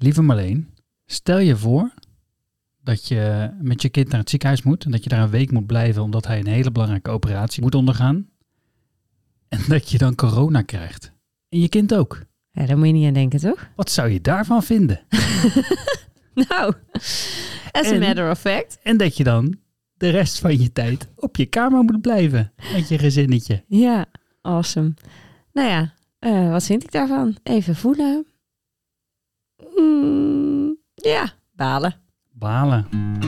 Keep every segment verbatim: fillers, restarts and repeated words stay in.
Lieve Marleen, stel je voor dat je met je kind naar het ziekenhuis moet en dat je daar een week moet blijven omdat hij een hele belangrijke operatie moet ondergaan. En dat je dan corona krijgt. En je kind ook. Ja, daar moet je niet aan denken, toch? Wat zou je daarvan vinden? Nou, as En- a matter of fact. En dat je dan de rest van je tijd op je kamer moet blijven met je gezinnetje. Ja, awesome. Nou ja, eh, wat vind ik daarvan? Even voelen. Mm, ja, balen. Balen.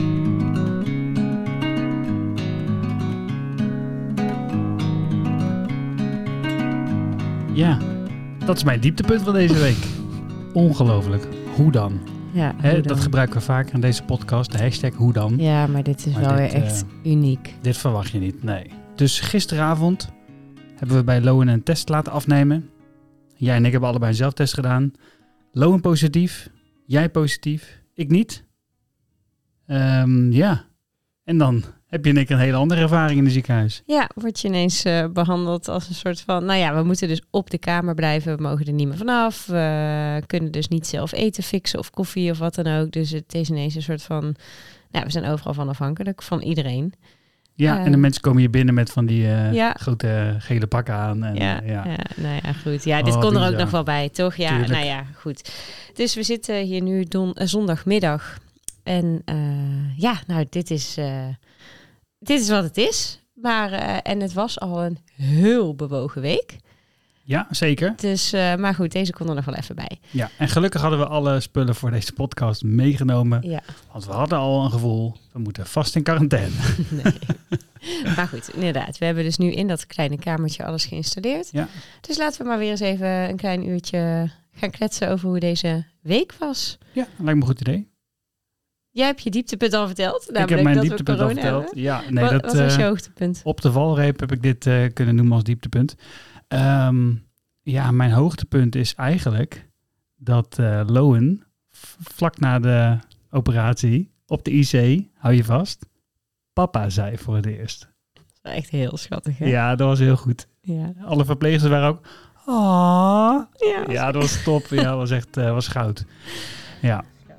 Ja, dat is mijn dieptepunt van deze week. Ongelooflijk. Hoe dan? Ja, Hè, hoe dat dan? gebruiken we vaker in deze podcast. De hashtag hoe dan. Ja, maar dit is Maar wel dit, weer echt uniek. Dit verwacht je niet, nee. Dus gisteravond hebben we bij Lowen een test laten afnemen. Jij en ik hebben allebei een zelftest gedaan. Lowen positief, jij positief, ik niet. Ehm, ja, en dan heb je en ik een hele andere ervaring in het ziekenhuis. Ja, word je ineens eh, behandeld als een soort van... Nou ja, we moeten dus op de kamer blijven. We mogen er niet meer vanaf. We kunnen dus niet zelf eten fixen of koffie of wat dan ook. Dus het is ineens een soort van... Nou, we zijn overal van afhankelijk, van iedereen. Ja, Eh. en de mensen komen hier binnen met van die eh, Ja. grote gele pakken aan. En, Ja, eh, ja. ja, nou ja, goed. Ja, dit Oh, kon er ook bizar. nog wel bij, toch? Ja, Tuurlijk. nou ja, goed. Dus we zitten hier nu don- eh, zondagmiddag. En eh, ja, nou, dit is, eh, dit is wat het is. Maar, eh, en het was al een heel bewogen week. Ja, zeker. Dus, eh, maar goed, deze kon er nog wel even bij. Ja. En gelukkig hadden we alle spullen voor deze podcast meegenomen. Ja, Want we hadden al een gevoel, we moeten vast in quarantaine. nee. Maar goed, inderdaad. We hebben dus nu in dat kleine kamertje alles geïnstalleerd. Ja. Dus laten we maar weer eens even een klein uurtje gaan kletsen over hoe deze week was. Ja, lijkt me een goed idee. Jij hebt je dieptepunt al verteld. Ik heb mijn dat we dieptepunt al corona verteld. hebben. Ja, nee, wat, dat, wat was eh, je hoogtepunt? op de valreep heb ik dit eh, kunnen noemen als dieptepunt. Ehm, ja, mijn hoogtepunt is eigenlijk dat eh Lowen v- vlak na de operatie op de I C, hou je vast, papa zei voor het eerst. Echt heel schattig, hè? Ja, dat was heel goed. Ja. Alle verpleegsters waren ook, ah. Ja, Ja, dat was top. Ja, dat was echt uh, was goud. Ja.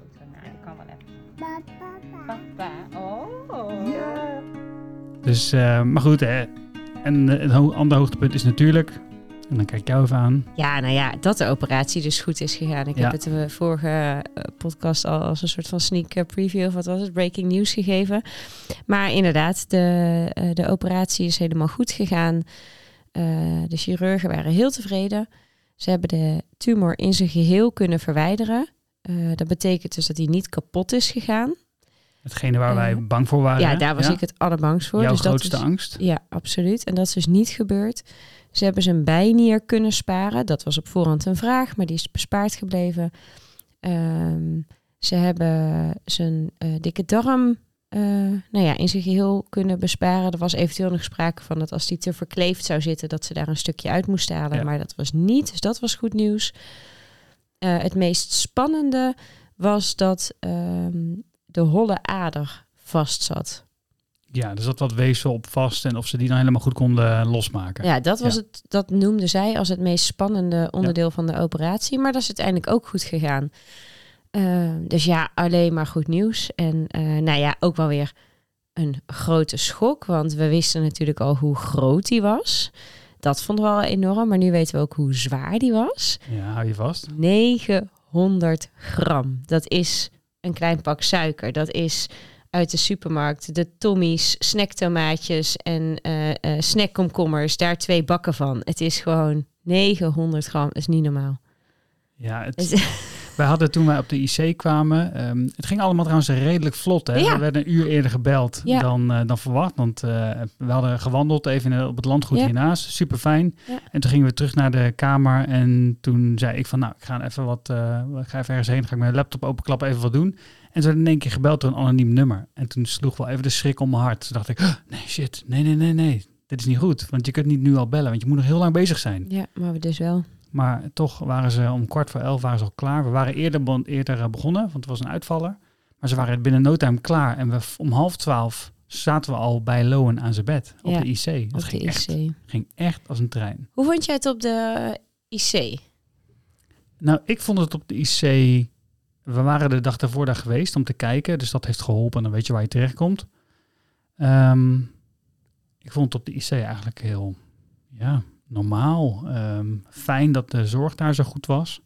Papa, oh. Dus, uh, maar goed, hè. En uh, het ho- andere hoogtepunt is natuurlijk, en dan kijk ik jou even aan. Ja, nou ja, dat de operatie dus goed is gegaan. Ik Ja. heb het de vorige uh, podcast al als een soort van sneak uh, preview of wat was het, breaking news gegeven. Maar inderdaad, de, uh, de operatie is helemaal goed gegaan. Uh, de chirurgen waren heel tevreden. Ze hebben de tumor in zijn geheel kunnen verwijderen. Uh, dat betekent dus dat hij niet kapot is gegaan. Hetgene waar Uh, wij bang voor waren. Ja, hè? daar was Ja? ik het allerbangst voor. Jouw dus dat grootste is, angst? Ja, absoluut. En dat is dus niet gebeurd. Ze hebben zijn bijnier kunnen sparen. Dat was op voorhand een vraag, maar die is bespaard gebleven. Um, ze hebben zijn uh, dikke darm uh, nou ja, in zijn geheel kunnen besparen. Er was eventueel nog sprake van dat als die te verkleefd zou zitten, dat ze daar een stukje uit moest halen. Ja. Maar dat was niet, dus dat was goed nieuws. Uh, het meest spannende was dat um, de holle ader vast zat. Ja, er zat wat weefsel op vast en of ze die dan helemaal goed konden losmaken. Ja, dat was Ja. het. Dat noemde zij als het meest spannende onderdeel ja. van de operatie. Maar dat is uiteindelijk ook goed gegaan. Uh, dus ja, alleen maar goed nieuws. En uh, nou ja, ook wel weer een grote schok. Want we wisten natuurlijk al hoe groot die was. Dat vonden we al enorm. Maar nu weten we ook hoe zwaar die was. Ja, hou je vast. negenhonderd gram. Dat is een klein pak suiker. Dat is uit de supermarkt de Tommy's snacktomaatjes en uh, uh, snackkomkommers. Daar twee bakken van. Het is gewoon negenhonderd gram. Dat is niet normaal. Ja, het, wij hadden toen wij op de I C kwamen... Um, het ging allemaal trouwens redelijk vlot. Hè? Ja. We werden een uur eerder gebeld ja. dan, uh, dan verwacht. Want uh, we hadden gewandeld even op het landgoed ja. hiernaast. Super fijn. Ja. En toen gingen we terug naar de kamer. En toen zei ik van, nou, ik ga even wat... Uh, ik ga even ergens heen. Ga ik mijn laptop openklappen, even wat doen. En ze werden in één keer gebeld door een anoniem nummer. En toen sloeg wel even de schrik om mijn hart. Toen dacht ik, oh, nee, shit. Nee, nee, nee, nee. Dit is niet goed. Want je kunt niet nu al bellen. Want je moet nog heel lang bezig zijn. Ja, maar we dus wel. Maar toch waren ze om kwart voor elf waren ze al klaar. We waren eerder, eerder begonnen, want het was een uitvaller. Maar ze waren binnen no time klaar. En we, om half twaalf zaten we al bij Lowen aan zijn bed. Op ja, de I C. Dat op ging, de I C. Echt, ging echt als een trein. Hoe vond jij het op de I C? Nou, ik vond het op de I C we waren de dag daarvoor daar geweest om te kijken. Dus dat heeft geholpen. En dan weet je waar je terechtkomt. Um, ik vond het op de I C eigenlijk heel ja, normaal. Um, fijn dat de zorg daar zo goed was.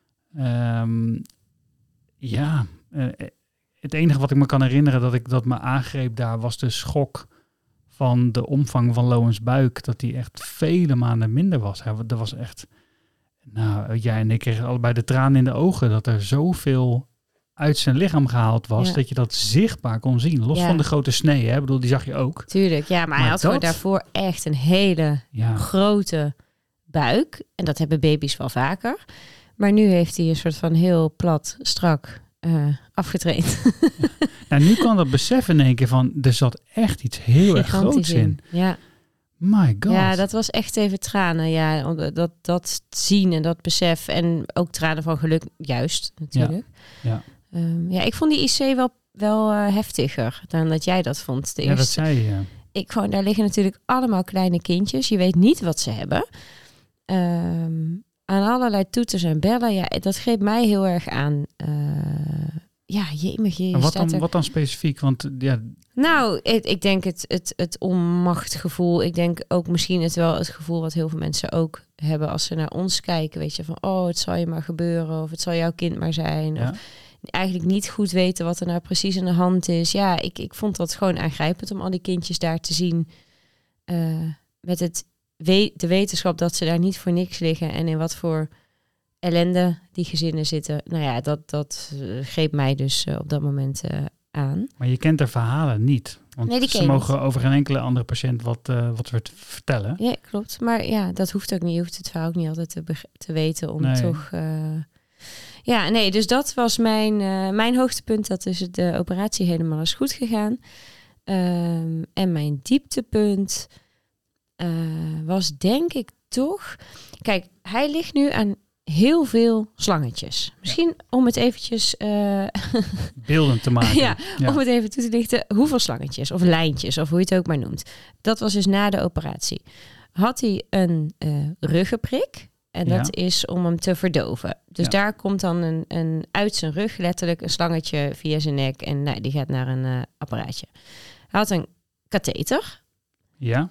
Um, ja, uh, het enige wat ik me kan herinneren dat ik dat me aangreep daar was de schok van de omvang van Lowen's buik. Dat die echt vele maanden minder was. Dat was echt... Nou, jij en ik kregen allebei de tranen in de ogen dat er zoveel uit zijn lichaam gehaald was, ja. dat je dat zichtbaar kon zien. Los ja. van de grote snee, hè? Ik bedoel, die zag je ook. Tuurlijk, ja, maar, maar hij had dat... daarvoor echt een hele ja. grote buik. En dat hebben baby's wel vaker. Maar nu heeft hij een soort van heel plat, strak uh, afgetraind. Ja. Nou, nu kan dat beseffen in één keer van, er zat echt iets heel erg groots in. in. Ja. My god. Ja, dat was echt even tranen. Ja, dat, dat zien en dat besef. En ook tranen van geluk, juist natuurlijk. Ja, ja. Um, ja ik vond die I C wel, wel uh, heftiger dan dat jij dat vond. De ja, eerste. dat zei je. Ja. Ik, gewoon, daar liggen natuurlijk allemaal kleine kindjes. Je weet niet wat ze hebben. Um, aan allerlei toeters en bellen. Ja, dat greep mij heel erg aan. Uh, ja, jemig, je, je wat, dan, er... wat dan specifiek? Want ja... Nou, ik, ik denk het, het, het onmachtgevoel. Ik denk ook misschien het wel het gevoel wat heel veel mensen ook hebben als ze naar ons kijken. Weet je, van oh, het zal je maar gebeuren of het zal jouw kind maar zijn. Ja. Of eigenlijk niet goed weten wat er nou precies aan de hand is. Ja, ik, ik vond dat gewoon aangrijpend om al die kindjes daar te zien. Uh, met het we- de wetenschap dat ze daar niet voor niks liggen en in wat voor ellende die gezinnen zitten. Nou ja, dat, dat uh, greep mij dus uh, op dat moment uh, aan. Maar je kent de verhalen niet. Want nee, ze mogen niet. Over geen enkele andere patiënt wat, uh, wat vertellen. Ja, klopt. Maar ja, dat hoeft ook niet. Je hoeft het verhaal ook niet altijd te, be- te weten om nee. toch... Uh... Ja, nee, dus dat was mijn, uh, mijn hoogtepunt. Dat is de operatie helemaal is goed gegaan. Um, en mijn dieptepunt uh, was denk ik toch... Kijk, hij ligt nu aan heel veel slangetjes. Misschien ja. om het eventjes... Uh... beeldend te maken. ja, ja, om het even toe te lichten. Hoeveel slangetjes of lijntjes of hoe je het ook maar noemt. Dat was dus na de operatie. Had hij een uh, ruggenprik. En dat ja. is om hem te verdoven. Dus ja. daar komt dan een, een uit zijn rug letterlijk een slangetje via zijn nek. En nou, die gaat naar een uh, apparaatje. Hij had een katheter. Ja.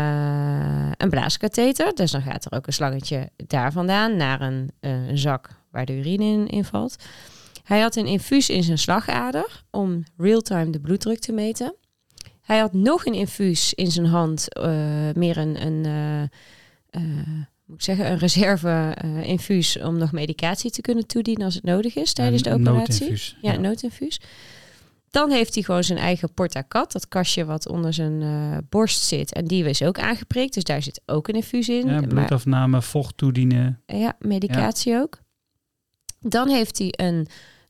Uh, een blaaskatheter. Dus dan gaat er ook een slangetje daar vandaan naar een, uh, een zak waar de urine in, in valt. Hij had een infuus in zijn slagader om real-time de bloeddruk te meten. Hij had nog een infuus in zijn hand. Uh, meer een, een, uh, uh, moet ik zeggen, een reserve uh, infuus om nog medicatie te kunnen toedienen als het nodig is tijdens de operatie. Noodinfuus. Ja, ja, noodinfuus. Dan heeft hij gewoon zijn eigen portacat, dat kastje wat onder zijn uh, borst zit. En die is ook aangeprikt, dus daar zit ook een infuus in. Ja, bloedafname, vocht toedienen. Ja, medicatie ja. ook. Dan heeft hij een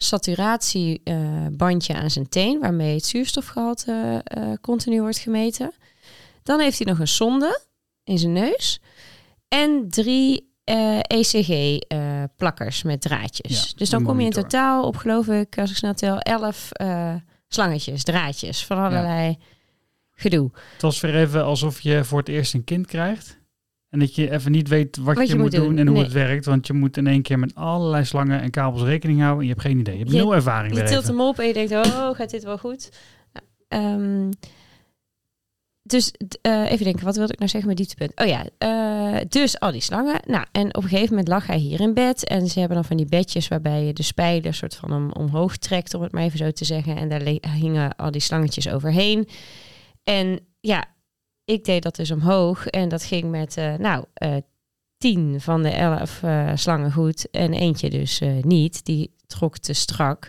saturatiebandje uh, aan zijn teen, waarmee het zuurstofgehalte uh, continu wordt gemeten. Dan heeft hij nog een sonde in zijn neus. En drie uh, E C G-plakkers uh, met draadjes. Ja, dus dan kom je in totaal op, geloof ik, als ik snel tel, elf uh, slangetjes, draadjes van allerlei ja. gedoe. Het was weer even alsof je voor het eerst een kind krijgt. En dat je even niet weet wat, wat je, je moet doen, doen en hoe nee. het werkt. Want je moet in één keer met allerlei slangen en kabels rekening houden. En je hebt geen idee. Je hebt je, nul ervaring. Je tilt hem op en je denkt, oh, gaat dit wel goed? Um, dus uh, even denken, wat wilde ik nou zeggen met dieptepunt? Oh ja, uh, dus al die slangen. Nou, en op een gegeven moment lag hij hier in bed. En ze hebben dan van die bedjes waarbij je de spijlen soort van om, omhoog trekt, om het maar even zo te zeggen. En daar le- hingen al die slangetjes overheen. En ja, ik deed dat dus omhoog. En dat ging met, uh, nou, uh, tien van de elf uh, slangen goed. En eentje dus uh, niet. Die trok te strak.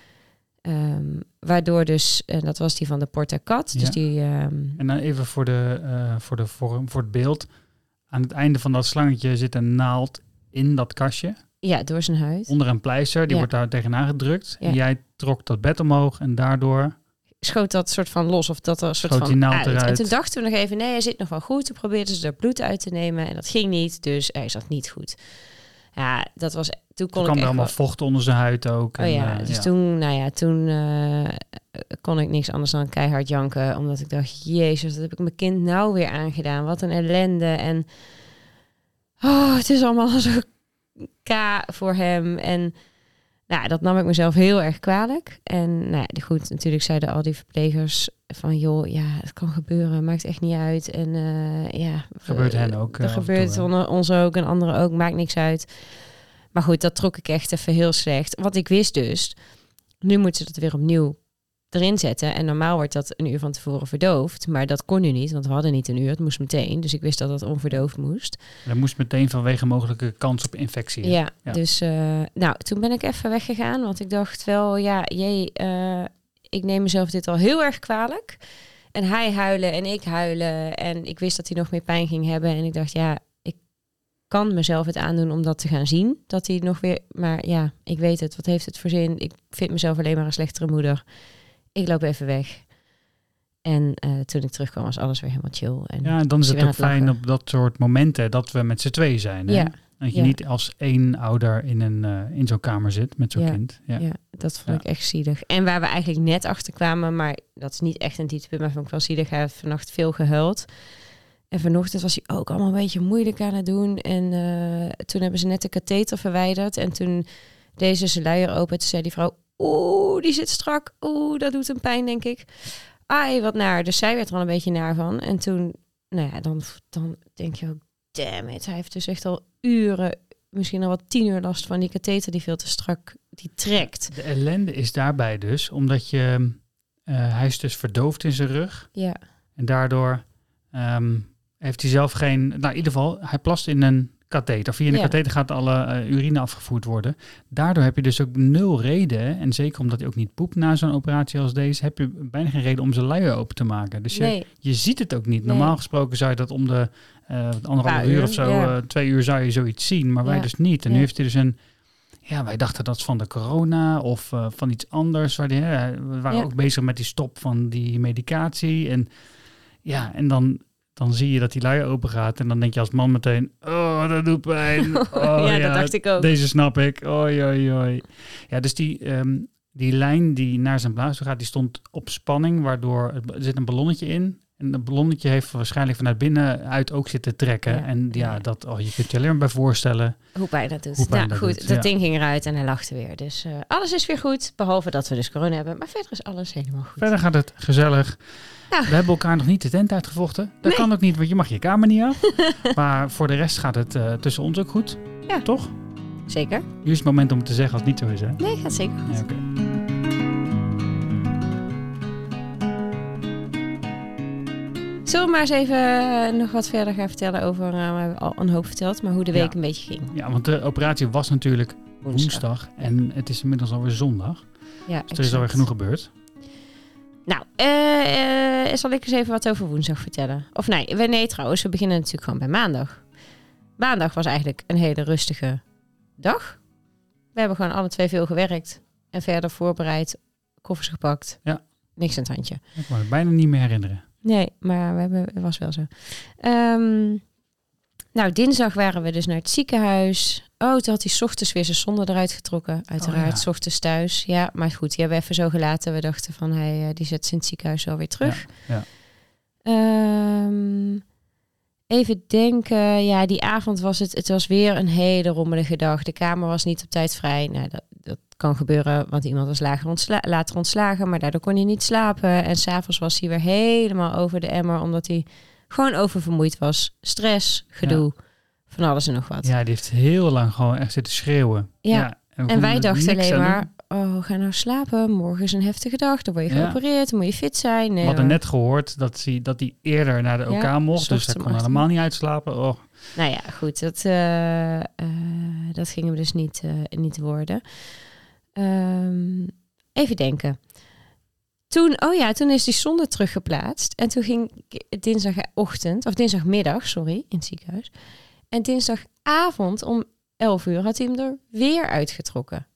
Um, waardoor dus, en dat was die van de portacat. Ja. Dus die, um... En dan even voor, de, uh, voor, de vorm, voor het beeld. Aan het einde van dat slangetje zit een naald in dat kastje. Ja, door zijn huid. Onder een pleister, die ja. wordt daar tegenaan gedrukt. Ja. En jij trok dat bed omhoog en daardoor... schoot dat soort van los of dat er een soort schoot van uit. Eruit. En toen dachten we nog even, nee, hij zit nog wel goed. Toen probeerden ze er bloed uit te nemen en dat ging niet. Dus hij zat niet goed. Ja, dat was... Toen, kon toen kwam ik er allemaal wel... vocht onder zijn huid ook. Oh en, ja, uh, dus ja. toen, nou ja, toen uh, kon ik niks anders dan keihard janken. Omdat ik dacht, jezus, dat heb ik mijn kind nou weer aangedaan. Wat een ellende. En oh, het is allemaal zo k voor hem. En Nou, dat nam ik mezelf heel erg kwalijk. En nou ja, goed, natuurlijk zeiden al die verplegers van... joh, ja, het kan gebeuren, maakt echt niet uit. En uh, ja... Gebeurt hen ook. Dat uh, gebeurt toe, onder ons ook en anderen ook, maakt niks uit. Maar goed, dat trok ik echt even heel slecht. Want ik wist dus, nu moeten ze dat weer opnieuw erin zetten. En normaal wordt dat een uur van tevoren verdoofd. Maar dat kon nu niet, want we hadden niet een uur. Het moest meteen. Dus ik wist dat het onverdoofd moest. Dat moest meteen vanwege mogelijke kans op infectie. Ja, ja. dus uh, nou, toen ben ik even weggegaan. Want ik dacht wel, ja, jee, uh, ik neem mezelf dit al heel erg kwalijk. En hij huilen en ik huilen. En ik wist dat hij nog meer pijn ging hebben. En ik dacht, ja, ik kan mezelf het aandoen om dat te gaan zien. Dat hij nog weer, maar ja, ik weet het. Wat heeft het voor zin? Ik vind mezelf alleen maar een slechtere moeder. Ik loop even weg. En uh, toen ik terugkwam was alles weer helemaal chill. En ja, en dan is het ook fijn op dat soort momenten dat we met z'n twee zijn. Hè? Ja. Dat je ja. niet als één ouder in, een, uh, in zo'n kamer zit met zo'n ja. kind. Ja. ja, dat vond ja. ik echt zielig. En waar we eigenlijk net achter kwamen, maar dat is niet echt een dieptepunt, maar vond ik wel zielig. Hij heeft vannacht veel gehuild. En vanochtend was hij ook allemaal een beetje moeilijk aan het doen. En uh, toen hebben ze net de katheter verwijderd. En toen deed ze zijn luier open. Toen zei die vrouw, oeh, die zit strak. Oeh, dat doet hem pijn, denk ik. Ai, wat naar. Dus zij werd er al een beetje naar van. En toen, nou ja, dan, dan denk je ook, damn it. Hij heeft dus echt al uren, misschien al wat tien uur last van die katheter die veel te strak, die trekt. De ellende is daarbij dus, omdat je, uh, hij is dus verdoofd in zijn rug. Ja. En daardoor um, heeft hij zelf geen, nou in ieder geval, hij plast in een katheter. Via de ja. katheter gaat alle uh, urine afgevoerd worden. Daardoor heb je dus ook nul reden, en zeker omdat hij ook niet poept na zo'n operatie als deze, heb je bijna geen reden om zijn luier open te maken. Dus je, nee. je ziet het ook niet. Nee. Normaal gesproken zou je dat om de uh, anderhalf uur, uur of zo, ja. uh, twee uur zou je zoiets zien, maar ja. wij dus niet. En ja. nu heeft hij dus een, ja, wij dachten dat is van de corona of uh, van iets anders. Waar die, uh, we waren ja. ook bezig met die stop van die medicatie. En ja, en dan... Dan zie je dat die luier open gaat en dan denk je als man meteen, oh, dat doet pijn. Oh, ja, ja, dat dacht ik ook. Deze snap ik. Oei, oei, oei. Ja, dus die, um, die lijn die naar zijn blaas toe gaat, die stond op spanning, waardoor er zit een ballonnetje in. En dat ballonnetje heeft waarschijnlijk vanuit binnenuit ook zitten trekken. Ja, en ja, ja, dat, oh, je kunt je alleen maar bij voorstellen. Hoe pijn dat doet. Hoe pijn nou dat goed, doet, dat ja. ding ging eruit en hij lachte weer. Dus uh, alles is weer goed, behalve dat we dus corona hebben. Maar verder is alles helemaal goed. Verder gaat het gezellig. Nou. We hebben elkaar nog niet de tent uitgevochten. Dat nee. kan ook niet, want je mag je kamer niet af. Maar voor de rest gaat het uh, tussen ons ook goed. Ja. Toch? Zeker. Nu is het moment om te zeggen als het niet zo is, hè? Nee, gaat zeker goed. Ja, okay. Zullen we maar eens even uh, nog wat verder gaan vertellen over... Uh, we hebben al een hoop verteld, maar hoe de week ja. een beetje ging. Ja, want de operatie was natuurlijk woensdag. woensdag en het is inmiddels alweer zondag. Ja, dus er is alweer genoeg gebeurd. Nou, uh, uh, zal ik eens even wat over woensdag vertellen? Of nee, we, nee trouwens, we beginnen natuurlijk gewoon bij maandag. Maandag was eigenlijk een hele rustige dag. We hebben gewoon alle twee veel gewerkt. En verder voorbereid, koffers gepakt. Ja. Niks aan het handje. Ik kan me het bijna niet meer herinneren. Nee, maar we hebben, het was wel zo. Um, nou, dinsdag waren we dus naar het ziekenhuis. Oh, toen had hij 's ochtends weer zijn zonde eruit getrokken. Uiteraard, oh, ja. 's ochtends thuis. Ja, maar goed, die hebben we even zo gelaten. We dachten van, hij, die zet ze in het ziekenhuis wel weer terug. Ja, ja. Um, even denken. Ja, die avond was het... Het was weer een hele rommelige dag. De kamer was niet op tijd vrij. Nou, dat, dat kan gebeuren, want iemand was lager ontsla- later ontslagen. Maar daardoor kon hij niet slapen. En 's avonds was hij weer helemaal over de emmer, omdat hij gewoon oververmoeid was. Stress, gedoe, ja. van alles en nog wat. Ja, die heeft heel lang gewoon echt zitten schreeuwen. Ja, ja en, en wij dachten alleen maar, oh, ga nou slapen. Morgen is een heftige dag. Dan word je geopereerd, ja. dan moet je fit zijn. Nee, we hadden hoor. net gehoord dat hij, dat hij eerder naar de O K ja, mocht. Dus hij kon helemaal niet uitslapen. Oh. Nou ja, goed. Dat, uh, uh, dat ging hem dus niet, uh, niet worden. Um, even denken. Toen, oh ja, toen is die zonde teruggeplaatst. En toen ging dinsdagochtend, of dinsdagmiddag, sorry, in het ziekenhuis. En dinsdagavond om elf uur had hij hem er weer uitgetrokken.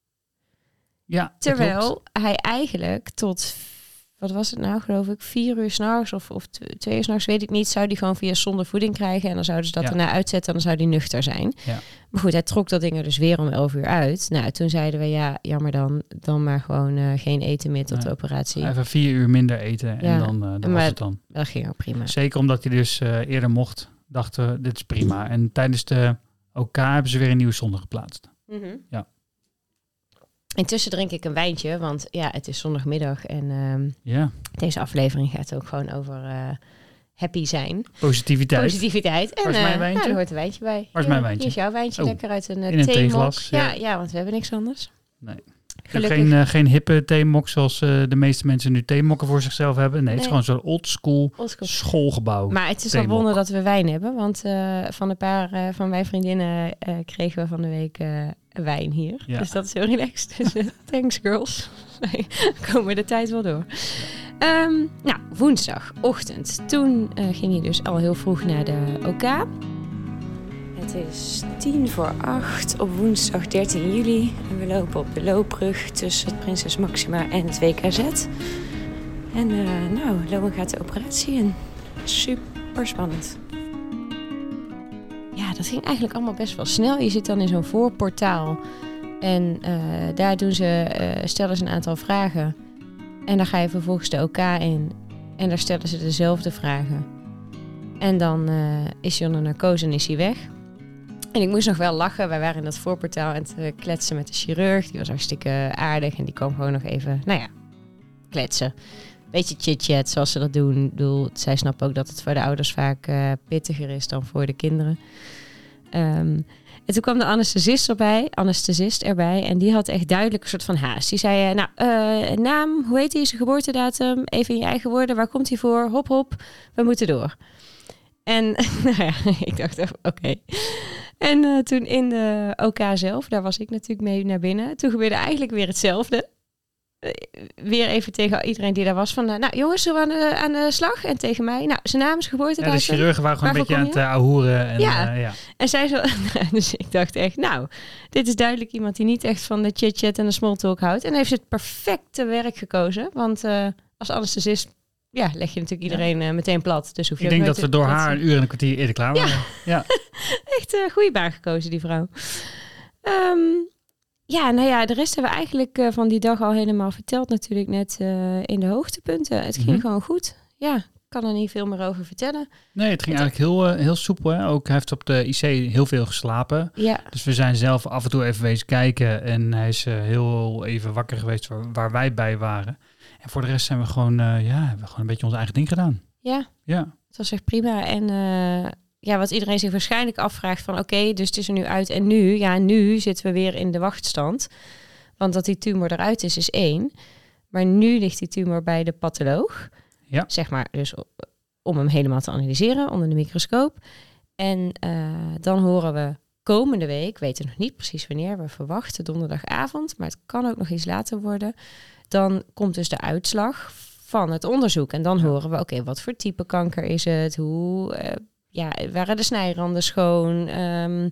Ja, terwijl hij eigenlijk tot, wat was het nou, geloof ik, vier uur 's nachts of, of twee uur 's nachts, weet ik niet, zou hij gewoon via zonder voeding krijgen. En dan zouden ze dat ja. erna uitzetten en dan zou hij nuchter zijn. Ja. Maar goed, hij trok dat ding er dus weer om elf uur uit. Nou, toen zeiden we, ja, jammer dan, dan maar gewoon uh, geen eten meer tot ja. de operatie. Even vier uur minder eten en ja. dan, uh, dan was het dan. Dat ging ook prima. Zeker omdat hij dus uh, eerder mocht, dachten we, dit is prima. En tijdens de O K hebben ze weer een nieuwe zonde geplaatst. Mm-hmm. Ja. Intussen drink ik een wijntje, want ja, het is zondagmiddag. En uh, ja. deze aflevering gaat ook gewoon over uh, happy zijn. Positiviteit. Positiviteit. En, Waar is mijn wijntje? Uh, ja, er hoort een wijntje bij. Waar is mijn wijntje? Hier is jouw wijntje, oh. lekker uit een uh, In een theemok. theeglas. Ja. Ja, ja, want we hebben niks anders. Nee. Ik heb geen, uh, geen hippe theemok zoals uh, de meeste mensen nu theemokken voor zichzelf hebben. Nee, nee. Het is gewoon zo'n oldschool Oldschool. schoolgebouw. Maar het is theemok. wel wonder dat we wijn hebben. Want uh, van een paar uh, van mijn vriendinnen uh, kregen we van de week uh, wijn hier. Ja. Dus dat is heel relaxed. Dus, uh, thanks girls. Nee, komen we de tijd wel door. Um, nou, woensdagochtend. Toen uh, ging hij dus al heel vroeg naar de O K. Het is tien voor acht op woensdag dertien juli. En we lopen op de loopbrug tussen het Prinses Maxima en het W K Z. En uh, nou, Loan gaat de operatie in. Super spannend. Ja, dat ging eigenlijk allemaal best wel snel. Je zit dan in zo'n voorportaal. En uh, daar doen ze, uh, stellen ze een aantal vragen. En dan ga je vervolgens de O K in. En daar stellen ze dezelfde vragen. En dan uh, is hij onder narcose en is hij weg. En ik moest nog wel lachen. Wij waren in dat voorportaal en te kletsen met de chirurg. Die was hartstikke aardig. En die kwam gewoon nog even, nou ja, kletsen. Beetje chit-chat, zoals ze dat doen. Ik bedoel, zij snappen ook dat het voor de ouders vaak uh, pittiger is dan voor de kinderen. Um, en toen kwam de anesthesist erbij, anesthesist erbij. En die had echt duidelijk een soort van haast. Die zei, uh, nou, uh, naam, hoe heet hij, zijn geboortedatum? Even in je eigen woorden, waar komt hij voor? Hop, hop, we moeten door. En nou ja, ik dacht, oké. Okay. En uh, toen in de O K zelf, daar was ik natuurlijk mee naar binnen. Toen gebeurde eigenlijk weer hetzelfde. Uh, weer even tegen iedereen die daar was van... Uh, nou jongens, zullen we aan de, aan de slag? En tegen mij, nou, zijn naam is geboortedatum. Ja, de chirurgen waren gewoon een beetje aan het uh, ahoeren. En, ja. Uh, ja, en zij zo... dus ik dacht echt, nou, dit is duidelijk iemand die niet echt van de chit-chat en de small talk houdt. En heeft het perfecte werk gekozen. Want uh, als anesthesist... Ja, leg je natuurlijk iedereen ja. uh, meteen plat. Dus hoef je ik denk dat te, we door dat haar een uur en een kwartier eerder klaar waren. Ja, ja. Echt een uh, goede baan gekozen, die vrouw. Um, ja, nou ja, de rest hebben we eigenlijk uh, van die dag al helemaal verteld natuurlijk net uh, in de hoogtepunten. Het ging mm-hmm. gewoon goed. Ja, ik kan er niet veel meer over vertellen. Nee, het ging het eigenlijk heel, uh, heel soepel. Hè? Ook hij heeft op de I C heel veel geslapen. Ja. Dus we zijn zelf af en toe even wezen kijken. En hij is uh, heel even wakker geweest waar, waar wij bij waren. En voor de rest zijn we gewoon, uh, ja, hebben we gewoon een beetje ons eigen ding gedaan. Ja, ja. Het was echt prima. En uh, ja, wat iedereen zich waarschijnlijk afvraagt van... oké, okay, dus het is er nu uit en nu? Ja, nu zitten we weer in de wachtstand. Want dat die tumor eruit is, is één. Maar nu ligt die tumor bij de patholoog. Ja. Zeg maar, dus om hem helemaal te analyseren onder de microscoop. En uh, dan horen we komende week, weten nog niet precies wanneer... we verwachten donderdagavond, maar het kan ook nog iets later worden... Dan komt dus de uitslag van het onderzoek. En dan horen we, oké, okay, wat voor type kanker is het? Hoe, uh, ja, waren de snijranden schoon? Um,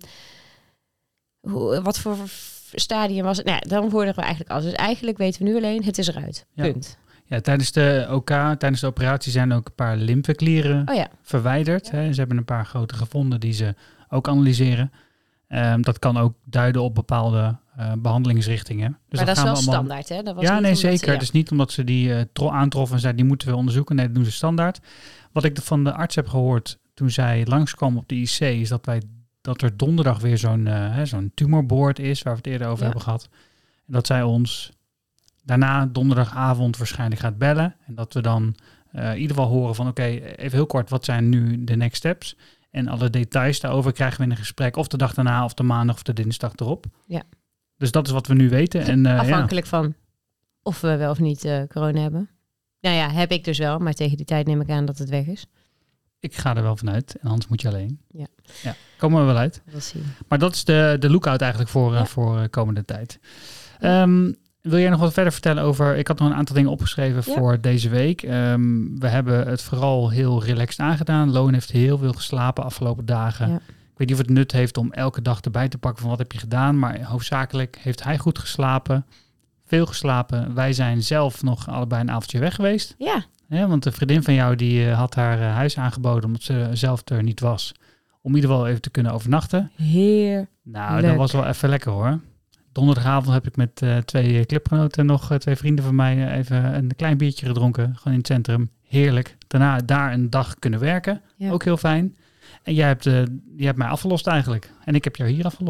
hoe, wat voor stadium was het? Nou, dan horen we eigenlijk alles. Dus eigenlijk weten we nu alleen, het is eruit. Ja. Punt. Ja, tijdens de O K, tijdens de operatie zijn ook een paar lymfeklieren oh ja. verwijderd. Ja. Hè. Ze hebben een paar grote gevonden die ze ook analyseren. Um, dat kan ook duiden op bepaalde uh, behandelingsrichtingen. Dus maar dat, dat is wel allemaal... standaard, hè? Dat was ja, niet nee, zeker. zeker. Het ja. is niet omdat ze die uh, tro- aantroffen en zeiden, die moeten we onderzoeken. Nee, dat doen ze standaard. Wat ik van de arts heb gehoord toen zij langskwam op de I C... is dat, wij, dat er donderdag weer zo'n, uh, zo'n tumorboard is... waar we het eerder over ja. hebben gehad. En dat zij ons daarna donderdagavond waarschijnlijk gaat bellen. En dat we dan uh, in ieder geval horen van... oké, okay, even heel kort, wat zijn nu de next steps... En alle details daarover krijgen we in een gesprek. Of de dag daarna, of de maandag, of de dinsdag erop. Ja. Dus dat is wat we nu weten. En, uh, afhankelijk ja. van of we wel of niet uh, corona hebben. Nou ja, heb ik dus wel. Maar tegen die tijd neem ik aan dat het weg is. Ik ga er wel vanuit. En anders moet je alleen. Ja. ja komen we wel uit. We'll see. Maar dat is de, de lookout eigenlijk voor, ja. uh, voor uh, komende tijd. Ja. Um, Wil jij nog wat verder vertellen over... Ik had nog een aantal dingen opgeschreven ja. voor deze week. Um, we hebben het vooral heel relaxed aangedaan. Loan heeft heel veel geslapen afgelopen dagen. Ja. Ik weet niet of het nut heeft om elke dag erbij te pakken van wat heb je gedaan. Maar hoofdzakelijk heeft hij goed geslapen. Veel geslapen. Wij zijn zelf nog allebei een avondje weg geweest. Ja. ja want een vriendin van jou die uh, had haar uh, huis aangeboden... omdat ze zelf er niet was. Om in ieder geval even te kunnen overnachten. Heerlijk. Nou, dat was wel even lekker hoor. Donderdagavond heb ik met uh, twee clubgenoten, nog uh, twee vrienden van mij, uh, even een klein biertje gedronken. Gewoon in het centrum. Heerlijk. Daarna daar een dag kunnen werken. Ja. Ook heel fijn. En jij hebt, uh, jij hebt mij afgelost eigenlijk. En ik heb jou hier afgelost.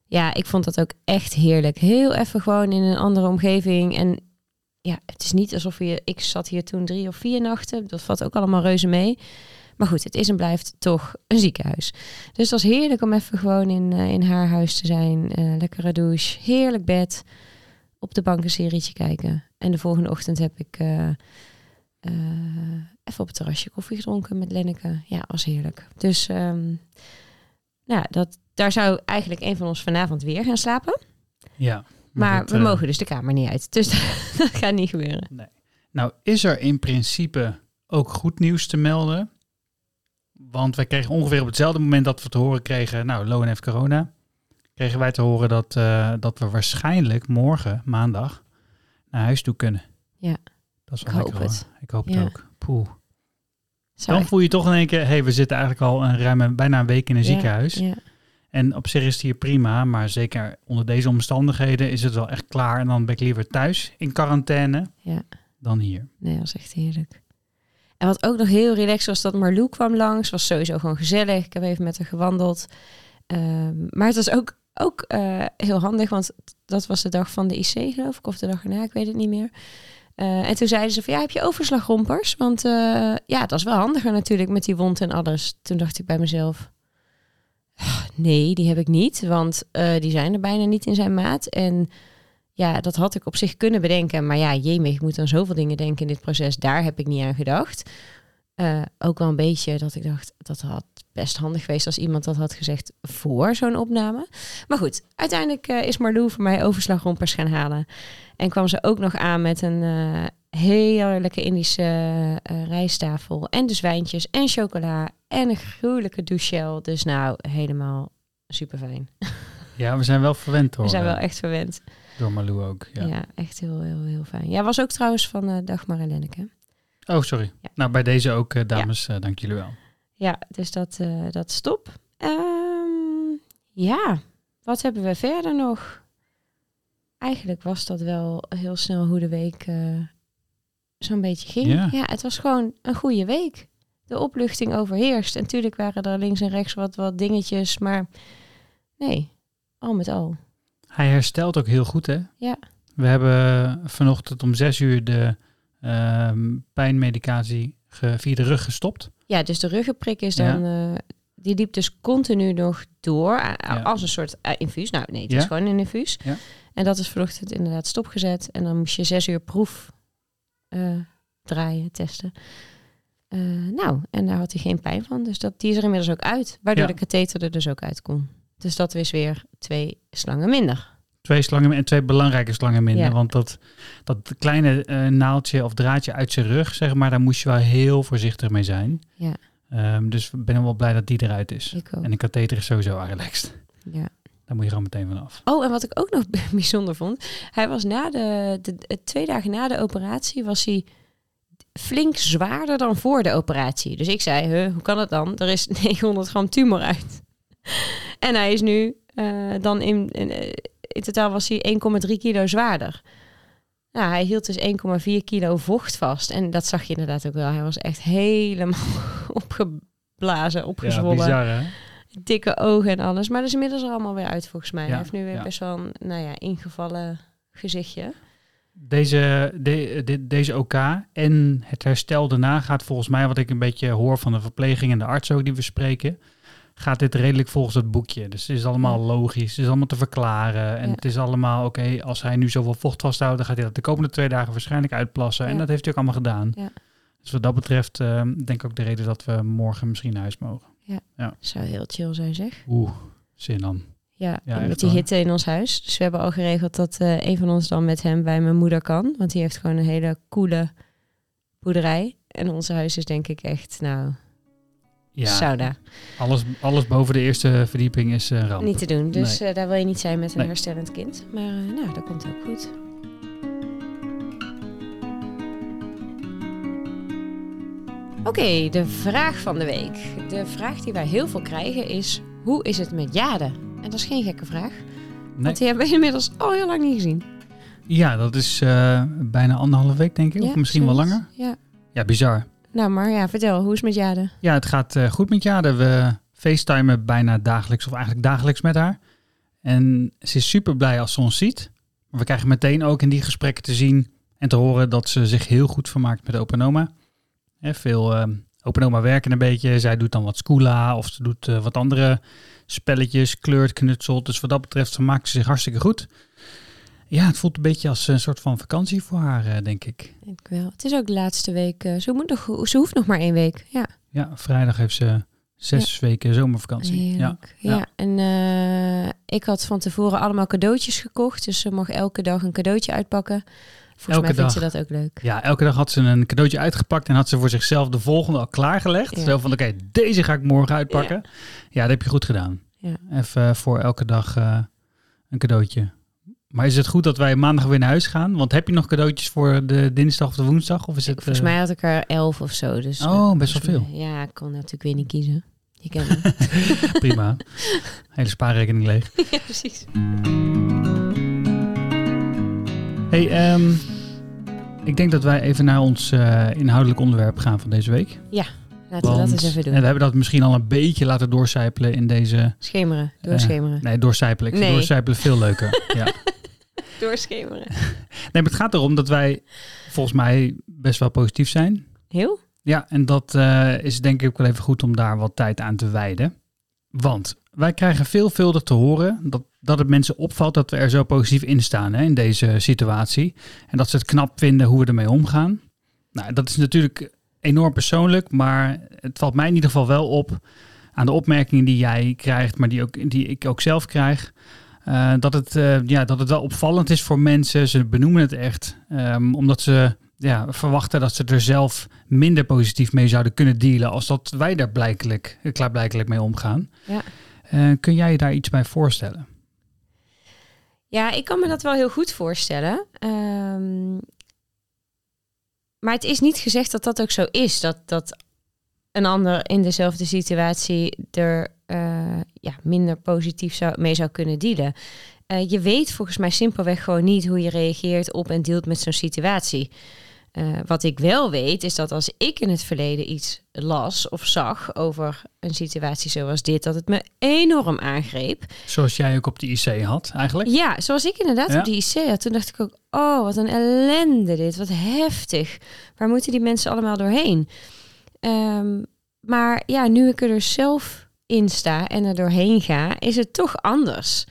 ja, ik vond dat ook echt heerlijk. Heel even gewoon in een andere omgeving. En ja, het is niet alsof je... Ik zat hier toen drie of vier nachten. Dat valt ook allemaal reuze mee. Maar goed, het is en blijft toch een ziekenhuis. Dus het was heerlijk om even gewoon in, uh, in haar huis te zijn. Uh, lekkere douche, heerlijk bed. Op de bank een serietje kijken. En de volgende ochtend heb ik uh, uh, even op het terrasje koffie gedronken met Lenneke. Ja, was heerlijk. Dus um, nou, dat, daar zou eigenlijk een van ons vanavond weer gaan slapen. Ja. Maar, maar dat, we uh, mogen dus de kamer niet uit. Dus dat gaat niet gebeuren. Nee. Nou, is er in principe ook goed nieuws te melden? Want wij kregen ongeveer op hetzelfde moment dat we te horen kregen... Nou, Loan heeft corona. Kregen wij te horen dat, uh, dat we waarschijnlijk morgen, maandag, naar huis toe kunnen. Ja, dat is wel ik hoop lekker, het. Hoor. Ik hoop ja. het ook. Poeh. Zou Dan echt... voel je toch in één keer... hey, we zitten eigenlijk al een ruime, bijna een week in een ja, ziekenhuis. Ja. En op zich is het hier prima, maar zeker onder deze omstandigheden is het wel echt klaar. En dan ben ik liever thuis in quarantaine ja. dan hier. Nee, dat was echt heerlijk. En wat ook nog heel relaxed was, dat Marlou kwam langs. Was sowieso gewoon gezellig. Ik heb even met haar gewandeld. Um, maar het was ook, ook uh, heel handig, want dat was de dag van de I C, geloof ik. Of de dag erna, ik weet het niet meer. Uh, en toen zeiden ze van, ja, heb je overslagrompers? Want uh, ja, dat is wel handiger natuurlijk met die wond en alles. Toen dacht ik bij mezelf... Nee, die heb ik niet, want uh, die zijn er bijna niet in zijn maat. En ja, dat had ik op zich kunnen bedenken. Maar ja, jemig, ik moet aan zoveel dingen denken in dit proces. Daar heb ik niet aan gedacht. Uh, ook wel een beetje dat ik dacht, dat had best handig geweest als iemand dat had gezegd voor zo'n opname. Maar goed, uiteindelijk uh, is Marlou voor mij overslagrompers gaan halen. En kwam ze ook nog aan met een uh, heerlijke Indische uh, rijsttafel. En dus wijntjes en chocola en een gruwelijke douchegel. Dus nou, helemaal super fijn. Ja, we zijn wel verwend hoor. We zijn wel echt verwend. Door Marlou ook. Ja, ja echt heel, heel, heel fijn. Ja, was ook trouwens van uh, Dagmar en Lenneke. Oh, sorry. Ja. Nou, bij deze ook, uh, dames, ja. uh, dank jullie wel. Ja, dus dat, uh, dat is top. Um, ja, wat hebben we verder nog? Eigenlijk was dat wel heel snel hoe de week uh, zo'n beetje ging. Ja. ja, het was gewoon een goede week. De opluchting overheerst. En natuurlijk waren er links en rechts wat, wat dingetjes, maar nee, al met al. Hij herstelt ook heel goed, hè? Ja. We hebben vanochtend om zes uur de uh, pijnmedicatie ge- via de rug gestopt. Ja, dus de ruggenprik is dan... Ja. Uh, die liep dus continu nog door uh, ja. als een soort uh, infuus. Nou nee, het ja. is gewoon een infuus. Ja. En dat is vanochtend inderdaad stopgezet. En dan moest je zes uur proef uh, draaien, testen. Uh, nou, en daar had hij geen pijn van. Dus dat, die is er inmiddels ook uit. Waardoor ja. de katheter er dus ook uit kon. Dus dat is weer twee slangen minder. Twee slangen en twee belangrijke slangen minder. Ja. Want dat, dat kleine uh, naaldje of draadje uit zijn rug, zeg maar, daar moest je wel heel voorzichtig mee zijn. Ja. Um, dus ik ben wel blij dat die eruit is. Ik ook. En een katheter is sowieso relaxed. Ja. Daar moet je gewoon meteen vanaf. Oh, en wat ik ook nog bijzonder vond. Hij was na de, de, de twee dagen na de operatie was hij flink zwaarder dan voor de operatie. Dus ik zei, huh, hoe kan het dan? Er is negenhonderd gram tumor uit. En hij is nu uh, dan in, in, in totaal was hij één komma drie kilo zwaarder. Nou, hij hield dus één komma vier kilo vocht vast. En dat zag je inderdaad ook wel. Hij was echt helemaal opgeblazen, opgezwollen. Ja, bizar, hè? Dikke ogen en alles. Maar dat is inmiddels er allemaal weer uit volgens mij. Ja, hij heeft nu weer ja. best wel een nou ja, ingevallen gezichtje. Deze, de, de, deze O K en het herstel daarna gaat volgens mij, wat ik een beetje hoor van de verpleging en de arts ook die we spreken, gaat dit redelijk volgens het boekje. Dus het is allemaal ja. logisch, het is allemaal te verklaren. En ja. het is allemaal, oké, okay, als hij nu zoveel vocht vasthoudt, dan gaat hij dat de komende twee dagen waarschijnlijk uitplassen. Ja. En dat heeft hij ook allemaal gedaan. Ja. Dus wat dat betreft, uh, denk ik ook de reden dat we morgen misschien naar huis mogen. Ja, ja. Zou heel chill zijn, zeg. Oeh, zin dan. Ja, ja met die hitte in ons huis. Dus we hebben al geregeld dat uh, een van ons dan met hem bij mijn moeder kan. Want die heeft gewoon een hele coole boerderij. En ons huis is denk ik echt, nou, ja, sauna. Alles, alles boven de eerste verdieping is uh, ramp. Niet te doen. Dus nee. uh, daar wil je niet zijn met een nee. herstellend kind. Maar uh, nou, dat komt ook goed. Oké, okay, de vraag van de week. De vraag die wij heel veel krijgen is, hoe is het met Jade? En dat is geen gekke vraag. Nee. Want die hebben we inmiddels al heel lang niet gezien. Ja, dat is uh, bijna anderhalve week denk ik. Ja, of misschien zoiets. Wel langer. Ja. Ja, bizar. Nou, maar ja, vertel, hoe is het met Jade? Ja, het gaat uh, goed met Jade. We facetimen bijna dagelijks of eigenlijk dagelijks met haar. En ze is super blij als ze ons ziet. Maar we krijgen meteen ook in die gesprekken te zien en te horen dat ze zich heel goed vermaakt met opa en oma. Hè, veel uh, opa en oma werken een beetje. Zij doet dan wat Scoola of ze doet uh, wat andere spelletjes, kleurt, knutselt. Dus wat dat betreft vermaakt ze zich hartstikke goed. Ja, het voelt een beetje als een soort van vakantie voor haar, uh, denk ik. Denk ik wel. Het is ook de laatste week. Uh, ze, moet nog, ze hoeft nog maar één week. Ja, ja vrijdag heeft ze zes ja. weken zomervakantie. Ja, ja. ja, en uh, ik had van tevoren allemaal cadeautjes gekocht. Dus ze mag elke dag een cadeautje uitpakken. Volgens elke mij vindt dag, ze dat ook leuk. Ja, elke dag had ze een cadeautje uitgepakt en had ze voor zichzelf de volgende al klaargelegd. Ja. Zo van, oké, okay, deze ga ik morgen uitpakken. Ja. ja, dat heb je goed gedaan. Ja. Even uh, voor elke dag uh, een cadeautje. Maar is het goed dat wij maandag weer naar huis gaan? Want heb je nog cadeautjes voor de dinsdag of de woensdag? Of is het, Volgens uh... mij had ik er elf of zo. Dus, oh, uh, best wel veel. Mij, ja, ik kon natuurlijk weer niet kiezen. Je kent me. Prima. Hele spaarrekening leeg. Ja, precies. Hey, um, ik denk dat wij even naar ons uh, inhoudelijk onderwerp gaan van deze week. Ja, laten Want, we dat eens even doen. En we hebben dat misschien al een beetje laten doorcijpelen in deze... Schemeren, doorschemeren. Uh, nee, doorcijpelen. Ik vind nee. doorcijpelen veel leuker. Ja. Doorschemeren. Nee, maar het gaat erom dat wij volgens mij best wel positief zijn. Heel? Ja, en dat uh, is denk ik ook wel even goed om daar wat tijd aan te wijden. Want wij krijgen veelvuldig te horen dat, dat het mensen opvalt dat we er zo positief in staan hè, in deze situatie. En dat ze het knap vinden hoe we ermee omgaan. Nou, dat is natuurlijk enorm persoonlijk, maar het valt mij in ieder geval wel op aan de opmerkingen die jij krijgt, maar die, ook, die ik ook zelf krijg. Uh, dat, het, uh, ja, dat het wel opvallend is voor mensen. Ze benoemen het echt, um, omdat ze ja, verwachten dat ze er zelf minder positief mee zouden kunnen dealen als dat wij daar blijkelijk, klaarblijkelijk mee omgaan. Ja. Uh, kun jij je daar iets bij voorstellen? Ja, ik kan me dat wel heel goed voorstellen. Um, maar het is niet gezegd dat dat ook zo is. Dat, dat een ander in dezelfde situatie er uh, ja, minder positief zou, mee zou kunnen dealen. Uh, je weet volgens mij simpelweg gewoon niet hoe je reageert op en dealt met zo'n situatie. Uh, wat ik wel weet, is dat als ik in het verleden iets las of zag over een situatie zoals dit, dat het me enorm aangreep. Zoals jij ook op de I C had eigenlijk? Ja, zoals ik inderdaad ja. op de I C had. Toen dacht ik ook, oh, wat een ellende dit, wat heftig. Waar moeten die mensen allemaal doorheen? Um, maar ja, nu ik er dus zelf in sta en er doorheen ga, is het toch anders.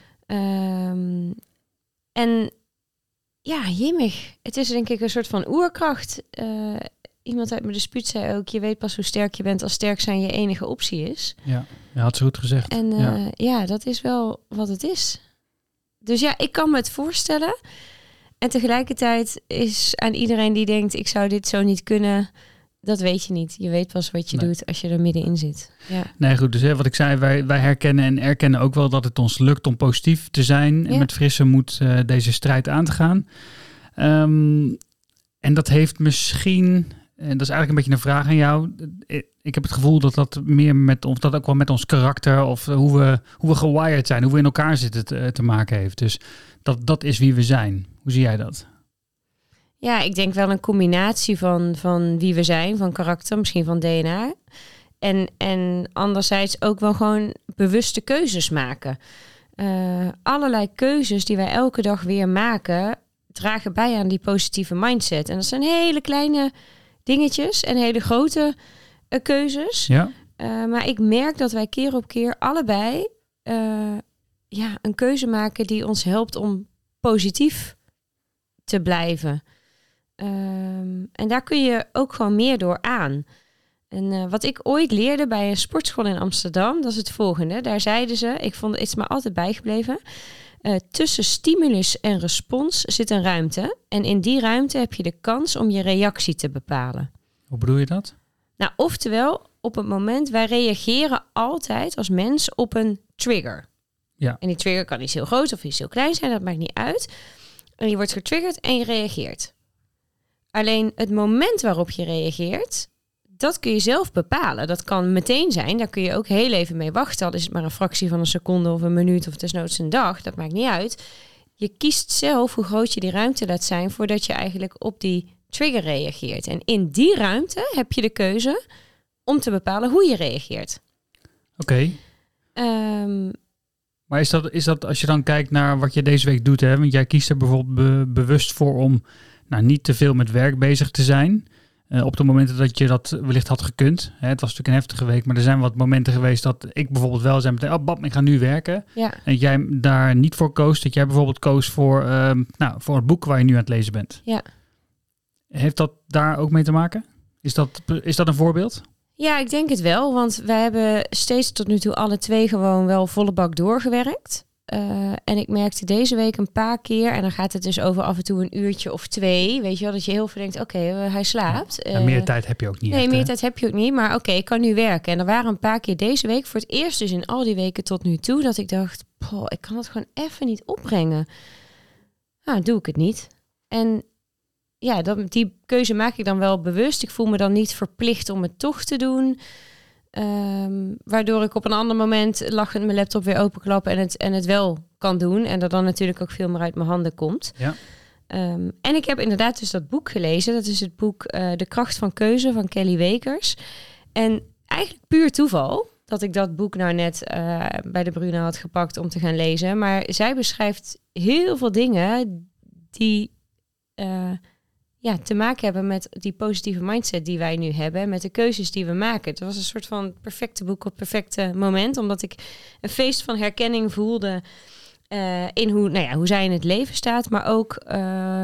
Um, en ja, jimmig. Het is denk ik een soort van oerkracht. Uh, iemand uit mijn dispuut zei ook, je weet pas hoe sterk je bent als sterk zijn je enige optie is. Ja, je had ze goed gezegd. En uh, ja. ja, dat is wel wat het is. Dus ja, ik kan me het voorstellen. En tegelijkertijd is aan iedereen die denkt, ik zou dit zo niet kunnen, dat weet je niet. Je weet pas wat je nee. doet als je er middenin zit. Ja. Nee, goed. Dus hè, wat ik zei, wij, wij herkennen en erkennen ook wel dat het ons lukt om positief te zijn. Ja. En met frisse moed uh, deze strijd aan te gaan. Um, en dat heeft misschien, en dat is eigenlijk een beetje een vraag aan jou. Ik heb het gevoel dat dat meer met ons, dat ook wel met ons karakter of hoe we, hoe we gewired zijn, hoe we in elkaar zitten te, te maken heeft. Dus dat, dat is wie we zijn. Hoe zie jij dat? Ja, ik denk wel een combinatie van, van wie we zijn, van karakter, misschien van D N A. En, en anderzijds ook wel gewoon bewuste keuzes maken. Uh, allerlei keuzes die wij elke dag weer maken, dragen bij aan die positieve mindset. En dat zijn hele kleine dingetjes en hele grote uh, keuzes. Ja. Uh, maar ik merk dat wij keer op keer allebei uh, ja, een keuze maken die ons helpt om positief te blijven. Um, en daar kun je ook gewoon meer door aan. En uh, wat ik ooit leerde bij een sportschool in Amsterdam, dat is het volgende. Daar zeiden ze, ik vond het is me altijd bijgebleven. Uh, tussen stimulus en respons zit een ruimte. En in die ruimte heb je de kans om je reactie te bepalen. Hoe bedoel je dat? Nou, oftewel, op het moment, wij reageren altijd als mens op een trigger. Ja. En die trigger kan iets heel groot of iets heel klein zijn, dat maakt niet uit. En je wordt getriggerd en je reageert. Alleen het moment waarop je reageert, dat kun je zelf bepalen. Dat kan meteen zijn, daar kun je ook heel even mee wachten. Al is het maar een fractie van een seconde of een minuut of desnoods een dag. Dat maakt niet uit. Je kiest zelf hoe groot je die ruimte laat zijn voordat je eigenlijk op die trigger reageert. En in die ruimte heb je de keuze om te bepalen hoe je reageert. Oké. Okay. Um, Maar is dat, is dat als je dan kijkt naar wat je deze week doet, hè? Want jij kiest er bijvoorbeeld be- bewust voor om nou, niet te veel met werk bezig te zijn. Uh, op de momenten dat je dat wellicht had gekund. Hè, het was natuurlijk een heftige week, maar er zijn wat momenten geweest dat ik bijvoorbeeld wel zei meteen, oh bam, ik ga nu werken. Ja. En jij daar niet voor koos, dat jij bijvoorbeeld koos voor, uh, nou, voor het boek waar je nu aan het lezen bent. Ja. Heeft dat daar ook mee te maken? Is dat, is dat een voorbeeld? Ja, ik denk het wel, want wij hebben steeds tot nu toe alle twee gewoon wel volle bak doorgewerkt. Uh, en ik merkte deze week een paar keer, en dan gaat het dus over af en toe een uurtje of twee, weet je wel, dat je heel veel denkt, oké, okay, uh, hij slaapt. Ja, en meer tijd heb je ook niet. Nee, echt, meer hè? tijd heb je ook niet, maar oké, okay, ik kan nu werken. En er waren een paar keer deze week, voor het eerst dus in al die weken tot nu toe, dat ik dacht, poh, ik kan het gewoon even niet opbrengen. Nou, doe ik het niet. En ja, dat, die keuze maak ik dan wel bewust. Ik voel me dan niet verplicht om het toch te doen. Um, waardoor ik op een ander moment lachend mijn laptop weer openklappen en het, en het wel kan doen. En dat dan natuurlijk ook veel meer uit mijn handen komt. Ja. Um, en ik heb inderdaad dus dat boek gelezen. Dat is het boek uh, De Kracht van Keuze van Kelly Wekers. En eigenlijk puur toeval dat ik dat boek nou net uh, bij de Bruna had gepakt om te gaan lezen. Maar zij beschrijft heel veel dingen die uh, ja, te maken hebben met die positieve mindset die wij nu hebben. Met de keuzes die we maken. Het was een soort van perfecte boek op het perfecte moment. Omdat ik een feest van herkenning voelde uh, in hoe, nou ja, hoe zij in het leven staat. Maar ook uh,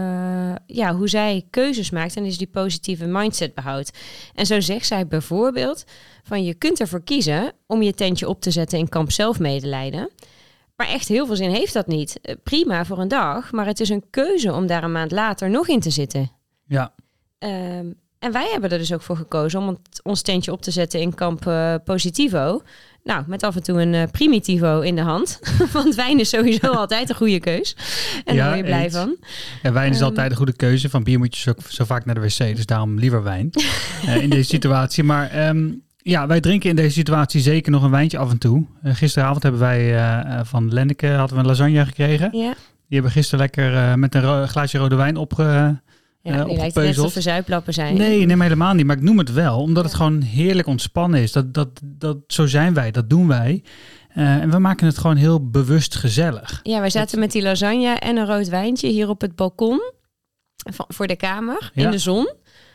ja, hoe zij keuzes maakt en dus die positieve mindset behoudt. En zo zegt zij bijvoorbeeld van je kunt ervoor kiezen om je tentje op te zetten in kamp zelfmedelijden. Maar echt heel veel zin heeft dat niet. Uh, prima voor een dag, maar het is een keuze om daar een maand later nog in te zitten. Ja. Um, en wij hebben er dus ook voor gekozen om ons tentje op te zetten in kamp uh, Positivo. Nou, met af en toe een uh, Primitivo in de hand. Want wijn is sowieso altijd een goede keus. En ja, daar word je blij eens. van. Ja, wijn is um, altijd een goede keuze. Van bier moet je zo, zo vaak naar de wc. Dus daarom liever wijn uh, in deze situatie. Maar um, ja, wij drinken in deze situatie zeker nog een wijntje af en toe. Uh, gisteravond hebben wij uh, van Lenneke hadden we een lasagne gekregen. Ja. Die hebben gisteren lekker uh, met een ro- glaasje rode wijn op. Uh, Ja, die uh, lijkt net alsof we zuiplappen zijn. Nee, nee, maar helemaal niet. Maar ik noem het wel, omdat ja. het gewoon heerlijk ontspannen is. Dat, dat, dat, zo zijn wij, dat doen wij. Uh, en we maken het gewoon heel bewust gezellig. Ja, wij zaten het... met die lasagne en een rood wijntje hier op het balkon van, voor de kamer ja. in de zon.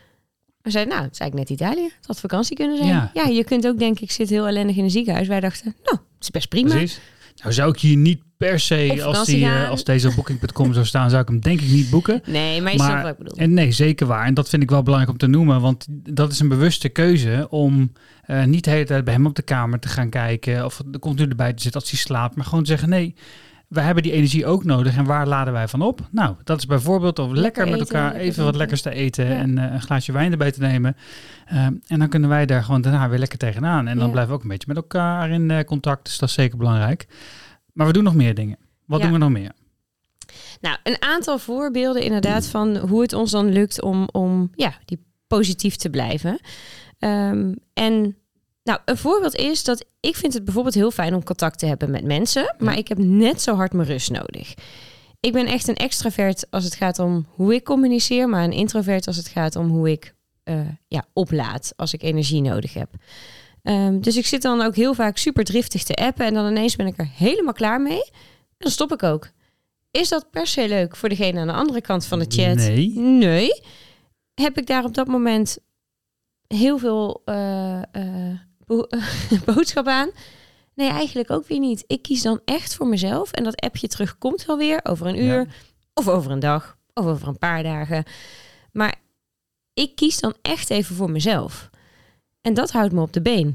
We zeiden, nou, het is eigenlijk net Italië. Het had vakantie kunnen zijn. Ja. ja, je kunt ook denken, ik zit heel ellendig in een ziekenhuis. Wij dachten, nou, het is best prima. Precies. Nou zou ik hier niet per se, als, die, uh, als deze op booking punt com zou staan, zou ik hem denk ik niet boeken. Nee, maar je snapt wat ik bedoel. En nee, zeker waar. En dat vind ik wel belangrijk om te noemen, want dat is een bewuste keuze om uh, niet de hele tijd bij hem op de kamer te gaan kijken of er continu erbij te zitten als hij slaapt, maar gewoon te zeggen, nee, wij hebben die energie ook nodig en waar laden wij van op? Nou, dat is bijvoorbeeld of lekker, lekker met eten, elkaar lekker even eten. Wat lekkers te eten ja. en uh, een glaasje wijn erbij te nemen. Uh, en dan kunnen wij daar gewoon daarna weer lekker tegenaan. En dan ja. blijven we ook een beetje met elkaar in uh, contact, dus dat is zeker belangrijk. Maar we doen nog meer dingen. Wat ja. doen we nog meer? Nou, een aantal voorbeelden inderdaad van hoe het ons dan lukt om, om ja, die positief te blijven. Um, en nou, een voorbeeld is dat ik vind het bijvoorbeeld heel fijn om contact te hebben met mensen. Ja. Maar ik heb net zo hard mijn rust nodig. Ik ben echt een extravert als het gaat om hoe ik communiceer. Maar een introvert als het gaat om hoe ik uh, ja, oplaad als ik energie nodig heb. Um, dus ik zit dan ook heel vaak super driftig te appen en dan ineens ben ik er helemaal klaar mee. En dan stop ik ook. Is dat per se leuk voor degene aan de andere kant van de chat? Nee. Nee. Heb ik daar op dat moment heel veel uh, uh, bo- boodschap aan? Nee, eigenlijk ook weer niet. Ik kies dan echt voor mezelf en dat appje terug komt wel weer over een uur ja. of over een dag of over een paar dagen. Maar ik kies dan echt even voor mezelf. En dat houdt me op de been.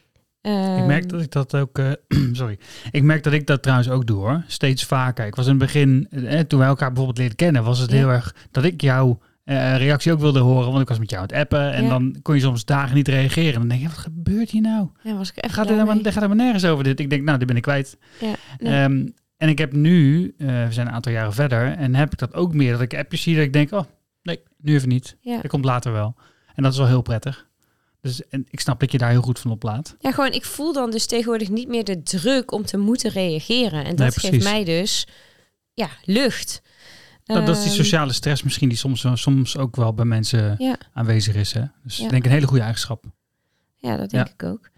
Um, ik merk dat ik dat ook... Uh, sorry. Ik merk dat ik dat trouwens ook doe, hoor. Steeds vaker. Ik was in het begin... Eh, toen wij elkaar bijvoorbeeld leerden kennen... was het ja. heel erg dat ik jouw uh, reactie ook wilde horen. Want ik was met jou aan het appen. En ja. dan kon je soms dagen niet reageren. En dan denk je, wat gebeurt hier nou? Ja, was ik echt gaat, er helemaal, gaat helemaal nergens over dit. Ik denk, nou, dit ben ik kwijt. Ja, nee. um, en ik heb nu... Uh, we zijn een aantal jaren verder. En heb ik dat ook meer. Dat ik appjes zie dat ik denk... Oh, nee, nu even niet. Ja. Dat komt later wel. En dat is wel heel prettig. Dus en ik snap dat je daar heel goed van oplaat. Ja, gewoon, ik voel dan dus tegenwoordig niet meer de druk om te moeten reageren. En dat nee, geeft mij dus, ja, lucht. Nou, um, dat is die sociale stress misschien die soms, soms ook wel bij mensen ja. aanwezig is. Hè? Dus ja. ik denk een hele goede eigenschap. Ja, dat denk ja. ik ook.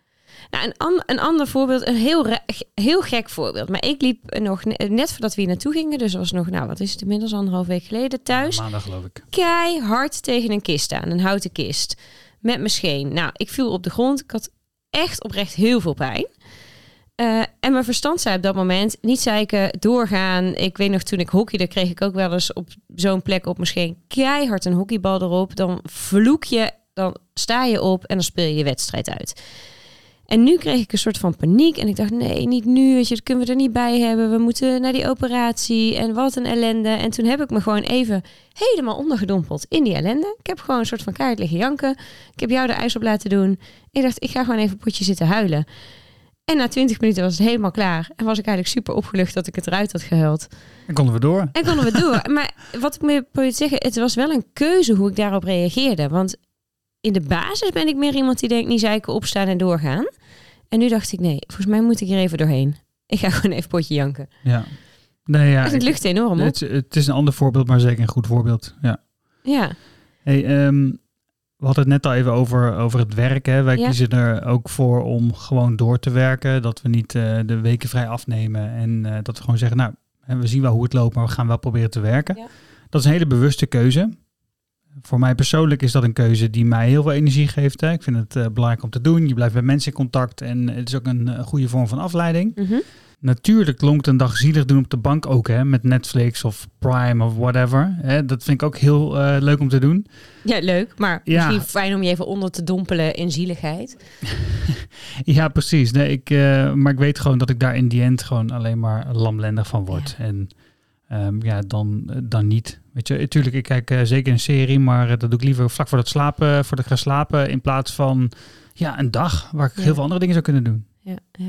Nou, een, an, een ander voorbeeld, een heel, ra- heel gek voorbeeld. Maar ik liep nog ne- net voordat we hier naartoe gingen, dus was nog, nou wat is het inmiddels, anderhalf week geleden thuis. Ja, maandag geloof ik. Keihard tegen een kist aan, een houten kist. Met mijn scheen. Nou, ik viel op de grond. Ik had echt oprecht heel veel pijn. Uh, en mijn verstand zei op dat moment, niet zeiken, doorgaan. Ik weet nog, toen ik hockeyde, kreeg ik ook wel eens op zo'n plek op mijn scheen keihard een hockeybal erop. Dan vloek je, dan sta je op en dan speel je je wedstrijd uit. En nu kreeg ik een soort van paniek. En ik dacht, nee, niet nu. Weet je, dat kunnen we er niet bij hebben. We moeten naar die operatie. En wat een ellende. En toen heb ik me gewoon even helemaal ondergedompeld in die ellende. Ik heb gewoon een soort van kaart liggen janken. Ik heb jou de ijs op laten doen. Ik dacht, ik ga gewoon even een potje zitten huilen. En na twintig minuten was het helemaal klaar. En was ik eigenlijk super opgelucht dat ik het eruit had gehuild. En konden we door. En konden we door. Maar wat ik me probeer te zeggen, het was wel een keuze hoe ik daarop reageerde. Want in de basis ben ik meer iemand die denkt, niet zeiken, opstaan en doorgaan. En nu dacht ik, nee, volgens mij moet ik hier even doorheen. Ik ga gewoon even potje janken. Ja. Nee, ja. Het lucht enorm op. Het, het is een ander voorbeeld, maar zeker een goed voorbeeld. Ja. Ja. Hey, um, we hadden het net al even over, over het werken. Wij Ja. kiezen er ook voor om gewoon door te werken. Dat we niet uh, de weken vrij afnemen. En uh, dat we gewoon zeggen, nou, we zien wel hoe het loopt, maar we gaan wel proberen te werken. Ja. Dat is een hele bewuste keuze. Voor mij persoonlijk is dat een keuze die mij heel veel energie geeft. Hè. Ik vind het uh, belangrijk om te doen. Je blijft met mensen in contact en het is ook een uh, goede vorm van afleiding. Mm-hmm. Natuurlijk klonk een dag zielig doen op de bank ook, hè, met Netflix of Prime of whatever. Hè. Dat vind ik ook heel uh, leuk om te doen. Ja, leuk. Maar Ja. misschien fijn om je even onder te dompelen in zieligheid. Ja, precies. Nee, ik, uh, maar ik weet gewoon dat ik daar in die end gewoon alleen maar lamlendig van word. Ja. En um, ja, dan, dan niet. Weet je, natuurlijk, ik kijk uh, zeker een serie, maar uh, dat doe ik liever vlak voor het slapen, voordat ik ga slapen, in plaats van ja, een dag waar ik Ja. heel veel andere dingen zou kunnen doen. Ja, ja.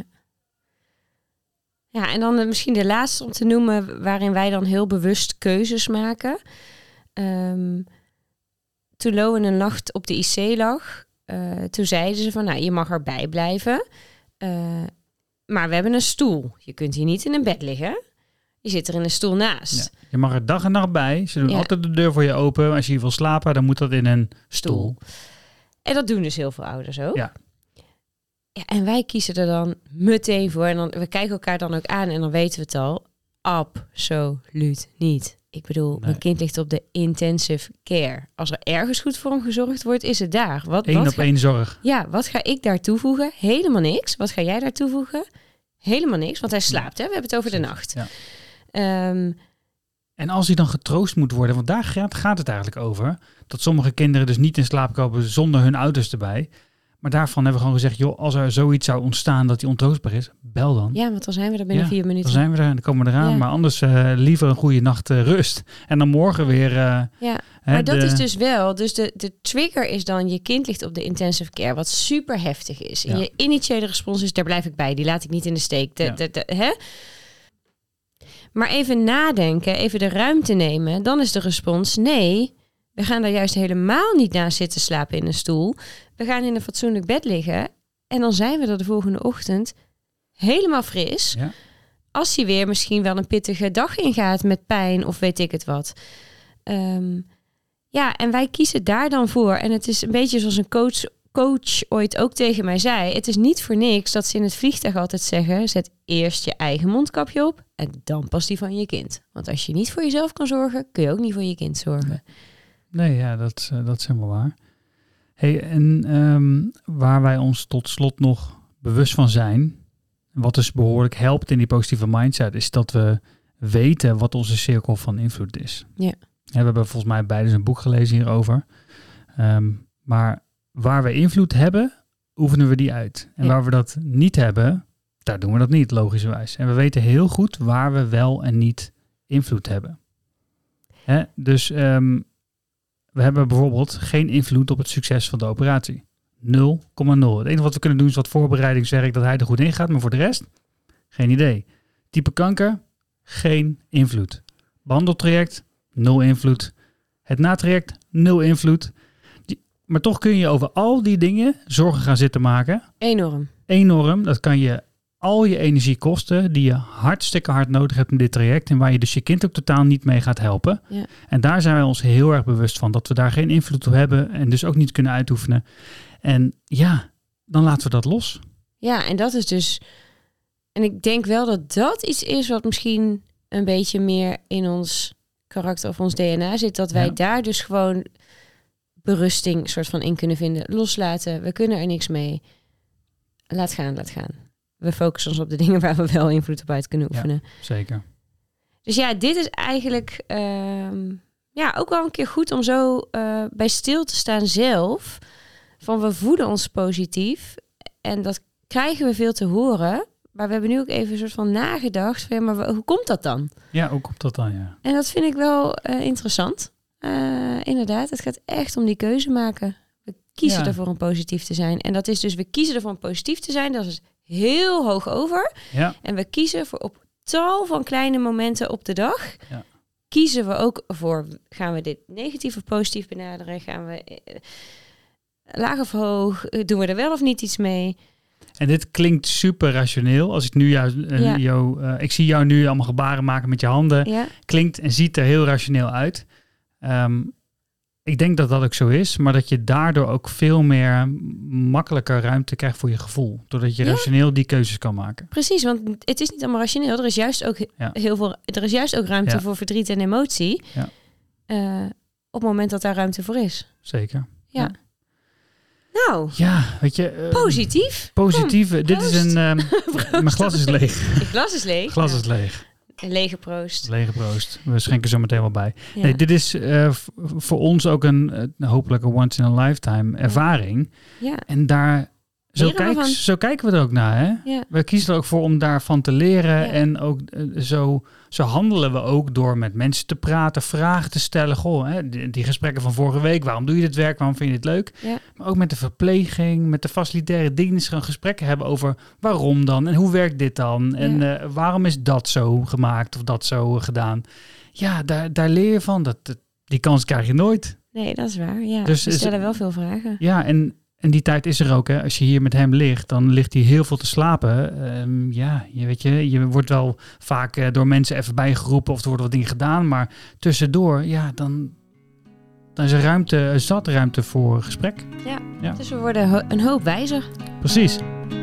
Ja, en dan uh, misschien de laatste om te noemen, waarin wij dan heel bewust keuzes maken. Um, toen Lowen een nacht op de I C lag, uh, toen zeiden ze van, nou, je mag erbij blijven. Uh, maar we hebben een stoel. Je kunt hier niet in een bed liggen. Je zit er in een stoel naast. Ja. Je mag er dag en nacht bij. Ze doen Ja. altijd de deur voor je open. Als je hier wil slapen, dan moet dat in een stoel. Stoel. En dat doen dus heel veel ouders ook. Ja. Ja, en wij kiezen er dan meteen voor. En dan, we kijken elkaar dan ook aan en dan weten we het al. Absoluut niet. Ik bedoel, Nee. mijn kind ligt op de intensive care. Als er ergens goed voor hem gezorgd wordt, is het daar. Wat, Eén wat op ga, één zorg. Ja, wat ga ik daar toevoegen? Helemaal niks. Wat ga jij daar toevoegen? Helemaal niks, want hij slaapt. Hè? We hebben het over de nacht. Ja. Um, En als hij dan getroost moet worden, want daar gaat, gaat het eigenlijk over. Dat sommige kinderen dus niet in slaap komen zonder hun ouders erbij. Maar daarvan hebben we gewoon gezegd, joh, als er zoiets zou ontstaan dat hij ontroostbaar is, bel dan. ja, want dan zijn we er binnen Ja, vier minuten. Dan zijn we er en dan komen we eraan. Ja. Maar anders uh, liever een goede nacht uh, rust. En dan morgen weer... Uh, Ja, hè, maar dat de, is dus wel... Dus de, de trigger is dan... Je kind ligt op de intensive care, wat super heftig is. En Ja. je initiële respons is... Daar blijf ik bij, die laat ik niet in de steek. De, Ja. de, de, hè? Maar even nadenken, even de ruimte nemen. Dan is de respons... Nee, we gaan daar juist helemaal niet naast zitten slapen in een stoel. We gaan in een fatsoenlijk bed liggen. En dan zijn we er de volgende ochtend helemaal fris. Ja. Als hij weer misschien wel een pittige dag ingaat met pijn of weet ik het wat. Um, ja, en wij kiezen daar dan voor. En het is een beetje zoals een coach, coach ooit ook tegen mij zei. Het is niet voor niks dat ze in het vliegtuig altijd zeggen... zet eerst je eigen mondkapje op en dan pas die van je kind. Want als je niet voor jezelf kan zorgen, kun je ook niet voor je kind zorgen. Nee, ja, dat, uh, dat is helemaal waar. Hey, en um, waar wij ons tot slot nog bewust van zijn... wat dus behoorlijk helpt in die positieve mindset... is dat we weten wat onze cirkel van invloed is. Ja. Ja, we hebben volgens mij beide een boek gelezen hierover. Um, maar waar we invloed hebben, oefenen we die uit. En ja. waar we dat niet hebben, daar doen we dat niet, logischerwijs. En we weten heel goed waar we wel en niet invloed hebben. Hè? Dus um, we hebben bijvoorbeeld geen invloed op het succes van de operatie. nul komma nul. Het enige wat we kunnen doen is wat voorbereidingswerk, dat hij er goed in gaat. Maar voor de rest, geen idee. Type kanker, geen invloed. Behandeltraject, nul invloed. Het natraject, nul invloed. Die, maar toch kun je over al die dingen zorgen gaan zitten maken. Enorm. Enorm. Dat kan je al je energie kosten die je hartstikke hard nodig hebt in dit traject. En waar je dus je kind ook totaal niet mee gaat helpen. Ja. En daar zijn wij ons heel erg bewust van. Dat we daar geen invloed op hebben en dus ook niet kunnen uitoefenen. En ja, dan laten we dat los. Ja, en dat is dus... En ik denk wel dat dat iets is wat misschien een beetje meer in ons karakter of ons D N A zit. Dat wij Ja. daar dus gewoon berusting soort van in kunnen vinden. Loslaten, we kunnen er niks mee. Laat gaan, laat gaan. We focussen ons op de dingen waar we wel invloed op uit kunnen oefenen. Ja, zeker. Dus ja, dit is eigenlijk um, ja, ook wel een keer goed om zo uh, bij stil te staan zelf. Van we voeden ons positief en dat krijgen we veel te horen. Maar we hebben nu ook even een soort van nagedacht. Van, ja, maar hoe komt dat dan? Ja, hoe komt dat dan, ja. En dat vind ik wel uh, interessant. Uh, inderdaad, het gaat echt om die keuze maken. We kiezen Ja. ervoor om positief te zijn. En dat is dus, we kiezen ervoor om positief te zijn. Dat is heel hoog over. Ja, En we kiezen voor op tal van kleine momenten op de dag. Ja. Kiezen we ook voor, gaan we dit negatief of positief benaderen? Gaan we uh, laag of hoog? Uh, doen we er wel of niet iets mee? en dit klinkt super rationeel. Als ik nu jou, uh, Ja. jou uh, ik zie jou nu allemaal gebaren maken met je handen. Ja, Klinkt en ziet er heel rationeel uit. Um, ik denk dat dat ook zo is, maar dat je daardoor ook veel meer makkelijker ruimte krijgt voor je gevoel. Doordat je Ja. rationeel die keuzes kan maken. precies. Want het is niet allemaal rationeel. Er is juist ook Ja. heel veel. Er is juist ook ruimte Ja. voor verdriet en emotie. Ja. Uh, op het moment dat daar ruimte voor is. Zeker. Ja. Ja. Nou, Ja, weet je... Uh, positief. Positieve. Dit is proost. een... Um, mijn glas is leeg. Je glas is leeg. glas Ja. is leeg. Een lege proost. Lege proost. We schenken zo meteen wel bij. Ja. Nee, dit is uh, v- voor ons ook een uh, hopelijk een once in a lifetime ervaring. Ja. En daar... Zo, Leren we kijk, van. zo kijken we er ook naar, hè? Ja. We kiezen er ook voor om daarvan te leren. Ja. En ook uh, zo, zo handelen we ook door met mensen te praten, vragen te stellen. Goh, hè, die, die gesprekken van vorige week. Waarom doe je dit werk? Waarom vind je dit leuk? Ja. Maar ook met de verpleging, met de facilitaire dienst. Gewoon gesprekken hebben over waarom dan? En hoe werkt dit dan? En Ja. uh, waarom is dat zo gemaakt of dat zo uh, gedaan? Ja, daar, daar leer je van. Dat, dat, die kans krijg je nooit. Nee, dat is waar. Ja. Dus We is- stellen wel veel vragen. Ja, en... En die tijd is er ook, hè. Als je hier met hem ligt, dan ligt hij heel veel te slapen. Um, ja, je weet je, je wordt wel vaak uh, door mensen even bijgeroepen of er worden wat dingen gedaan. Maar tussendoor, ja, dan, dan is er ruimte, zat ruimte voor gesprek. Ja. Ja. Dus we worden ho- een hoop wijzer. Precies.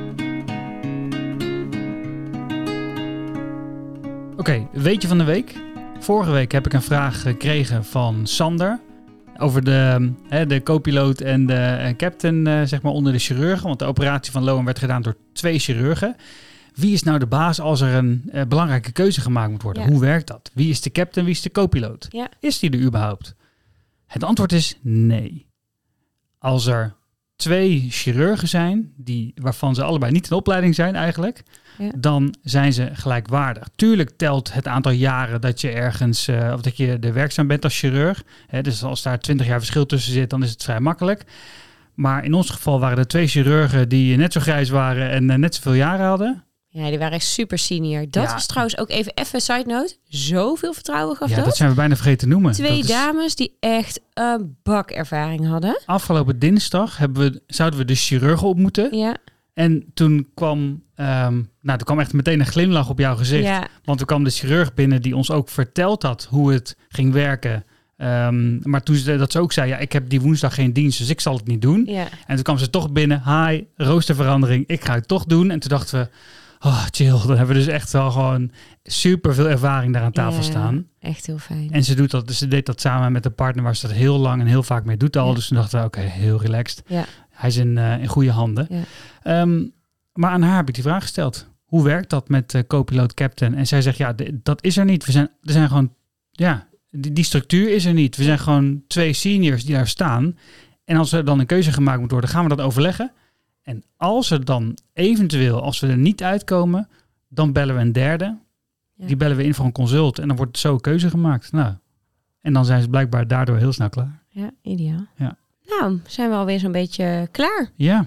Oké, okay, weetje van de week. Vorige week heb ik een vraag gekregen van Sander. Over de, hè, de co-piloot en de en captain uh, zeg maar onder de chirurgen. Want de operatie van Loan werd gedaan door twee chirurgen. Wie is nou de baas als er een uh, belangrijke keuze gemaakt moet worden? Ja. Hoe werkt dat? Wie is de captain, wie is de co-piloot? Ja. Is die er überhaupt? Het antwoord is nee. Als er twee chirurgen zijn, die, waarvan ze allebei niet in opleiding zijn eigenlijk, Ja. dan zijn ze gelijkwaardig. Tuurlijk telt het aantal jaren dat je ergens, uh, of dat je er werkzaam bent als chirurg. Hè, dus als daar twintig jaar verschil tussen zit, dan is het vrij makkelijk. Maar in ons geval waren er twee chirurgen die net zo grijs waren en uh, net zoveel jaren hadden. Ja, die waren echt super senior. Dat Ja. was trouwens ook even, even side note. Zoveel vertrouwen gaf Ja, dat. dat zijn we bijna vergeten te noemen. Twee Dat is- dames die echt een bak ervaring hadden. Afgelopen dinsdag hebben we, zouden we de chirurgen ontmoeten. Ja, En toen kwam, um, nou, er kwam echt meteen een glimlach op jouw gezicht. ja, Want toen kwam de chirurg binnen die ons ook verteld had hoe het ging werken. Um, maar toen ze dat ze ook zei, ja, ik heb die woensdag geen dienst, dus ik zal het niet doen. ja. En toen kwam ze toch binnen, hi, roosterverandering, ik ga het toch doen. En toen dachten we, oh chill, dan hebben we dus echt wel gewoon super veel ervaring daar aan tafel Ja, staan. echt heel fijn. En ze doet dat, dus ze deed dat samen met een partner waar ze dat heel lang en heel vaak mee doet al. Ja. Dus toen dachten we, oké, okay, heel relaxed. Ja. Hij is in, uh, in goede handen. Ja. Um, maar aan haar heb ik die vraag gesteld. Hoe werkt dat met uh, co-piloot captain? En zij zegt, ja, d- dat is er niet. We zijn, er zijn gewoon, ja, die, die structuur is er niet. We zijn gewoon twee seniors die daar staan. En als er dan een keuze gemaakt moet worden, gaan we dat overleggen. En als er dan eventueel, als we er niet uitkomen, dan bellen we een derde. Ja. Die bellen we in voor een consult. En dan wordt zo een keuze gemaakt. Nou, en dan zijn ze blijkbaar daardoor heel snel klaar. Ja, ideaal. Ja. Nou, zijn we alweer zo'n beetje klaar. Ja.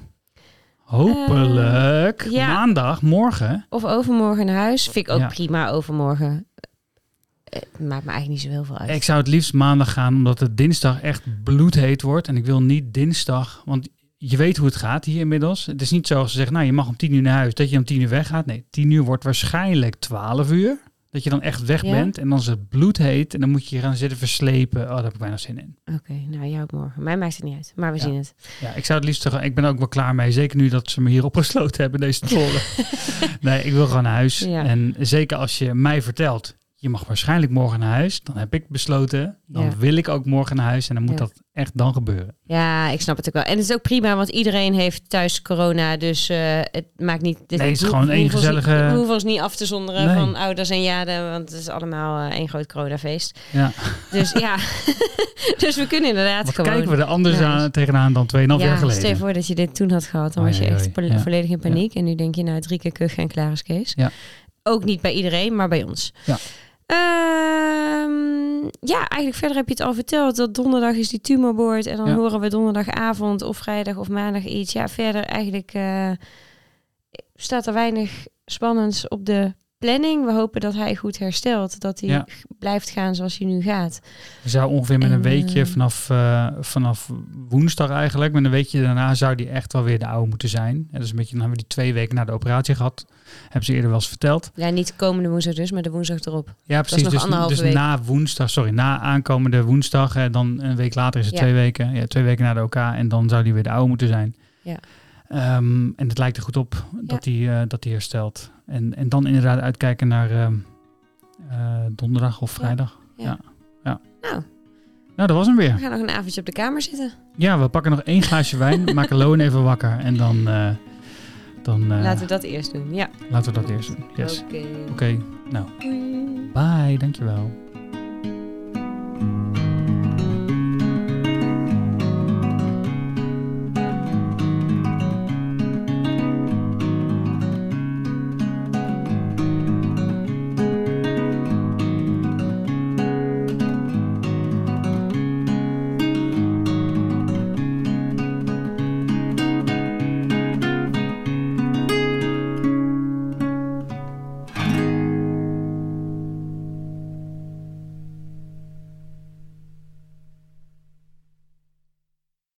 Hopelijk. Uh, ja. Maandag, morgen. Of overmorgen naar huis. Vind ik ook Ja. prima, overmorgen. Het maakt me eigenlijk niet zo heel veel uit. Ik zou het liefst maandag gaan, omdat het dinsdag echt bloedheet wordt. En ik wil niet dinsdag, want je weet hoe het gaat hier inmiddels. Het is niet zo als ze zeggen, nou je mag om tien uur naar huis, dat je om tien uur weggaat. Nee, tien uur wordt waarschijnlijk twaalf uur. Dat je dan echt weg Ja? bent en dan is het bloedheet en dan moet je gaan zitten verslepen. Oh, daar heb ik bijna zin in. Oké, okay, nou jou ook morgen. Mij maakt het niet uit, maar we ja. zien het. Ja, ik zou het liefst zeggen, ik ben ook wel klaar mee. Zeker nu dat ze me hier opgesloten hebben, deze toren. Nee, ik wil gewoon naar huis. Ja. En zeker als je mij vertelt, je mag waarschijnlijk morgen naar huis. Dan heb ik besloten, dan Ja. wil ik ook morgen naar huis. En dan moet Ja. dat echt dan gebeuren. Ja, ik snap het ook wel. En het is ook prima, want iedereen heeft thuis corona. Dus uh, het maakt niet... Dit, Nee, het is we- gewoon we één hoeven ons gezellige- niet- We hoeven ons niet af te zonderen Nee. van ouders en jaden. Want het is allemaal uh, één groot coronafeest. Ja. Dus ja, dus we kunnen inderdaad Wat gewoon... kijken we er anders naar aan, huis. tegenaan dan tweeënhalf Ja, jaar geleden. stel je voor dat je dit toen had gehad. Dan was je Oei, echt oei, po- ja. volledig in paniek. En nu denk je, nou, drie keer kuchen en klaar is Kees. Ja. Ook niet bij iedereen, maar bij ons. Ja. Ehm, ja, eigenlijk verder heb je het al verteld. Dat donderdag is die tumorboard. En dan Ja. horen we donderdagavond of vrijdag of maandag iets. Ja, verder eigenlijk uh, staat er weinig spannends op de planning. We hopen dat hij goed herstelt. Dat hij Ja. blijft gaan zoals hij nu gaat. We zou ongeveer met En, een weekje uh, vanaf, uh, vanaf woensdag eigenlijk. Met een weekje daarna zou die echt wel weer de oude moeten zijn. En dat is een beetje, dan hebben we die twee weken na de operatie gehad. Hebben ze eerder wel eens verteld. Ja, niet de komende woensdag dus, maar de woensdag erop. Ja, precies. nog Dus, anderhalve dus week. na woensdag, sorry, na aankomende woensdag. En dan een week later is het Ja. twee weken. Ja, twee weken na de O K. En dan zou die weer de oude moeten zijn. Ja. Um, en het lijkt er goed op dat hij uh, dat hij herstelt. En, en dan inderdaad uitkijken naar uh, uh, donderdag of vrijdag. Ja. Ja. Ja. Nou. Nou, dat was hem weer. We gaan nog een avondje op de kamer zitten. Ja, we pakken nog één glaasje wijn, maken Loan even wakker en dan... Uh, dan uh, laten we dat eerst doen, ja. Laten we dat eerst doen, yes. Oké. Oké, okay, nou. Doei. Bye, dankjewel.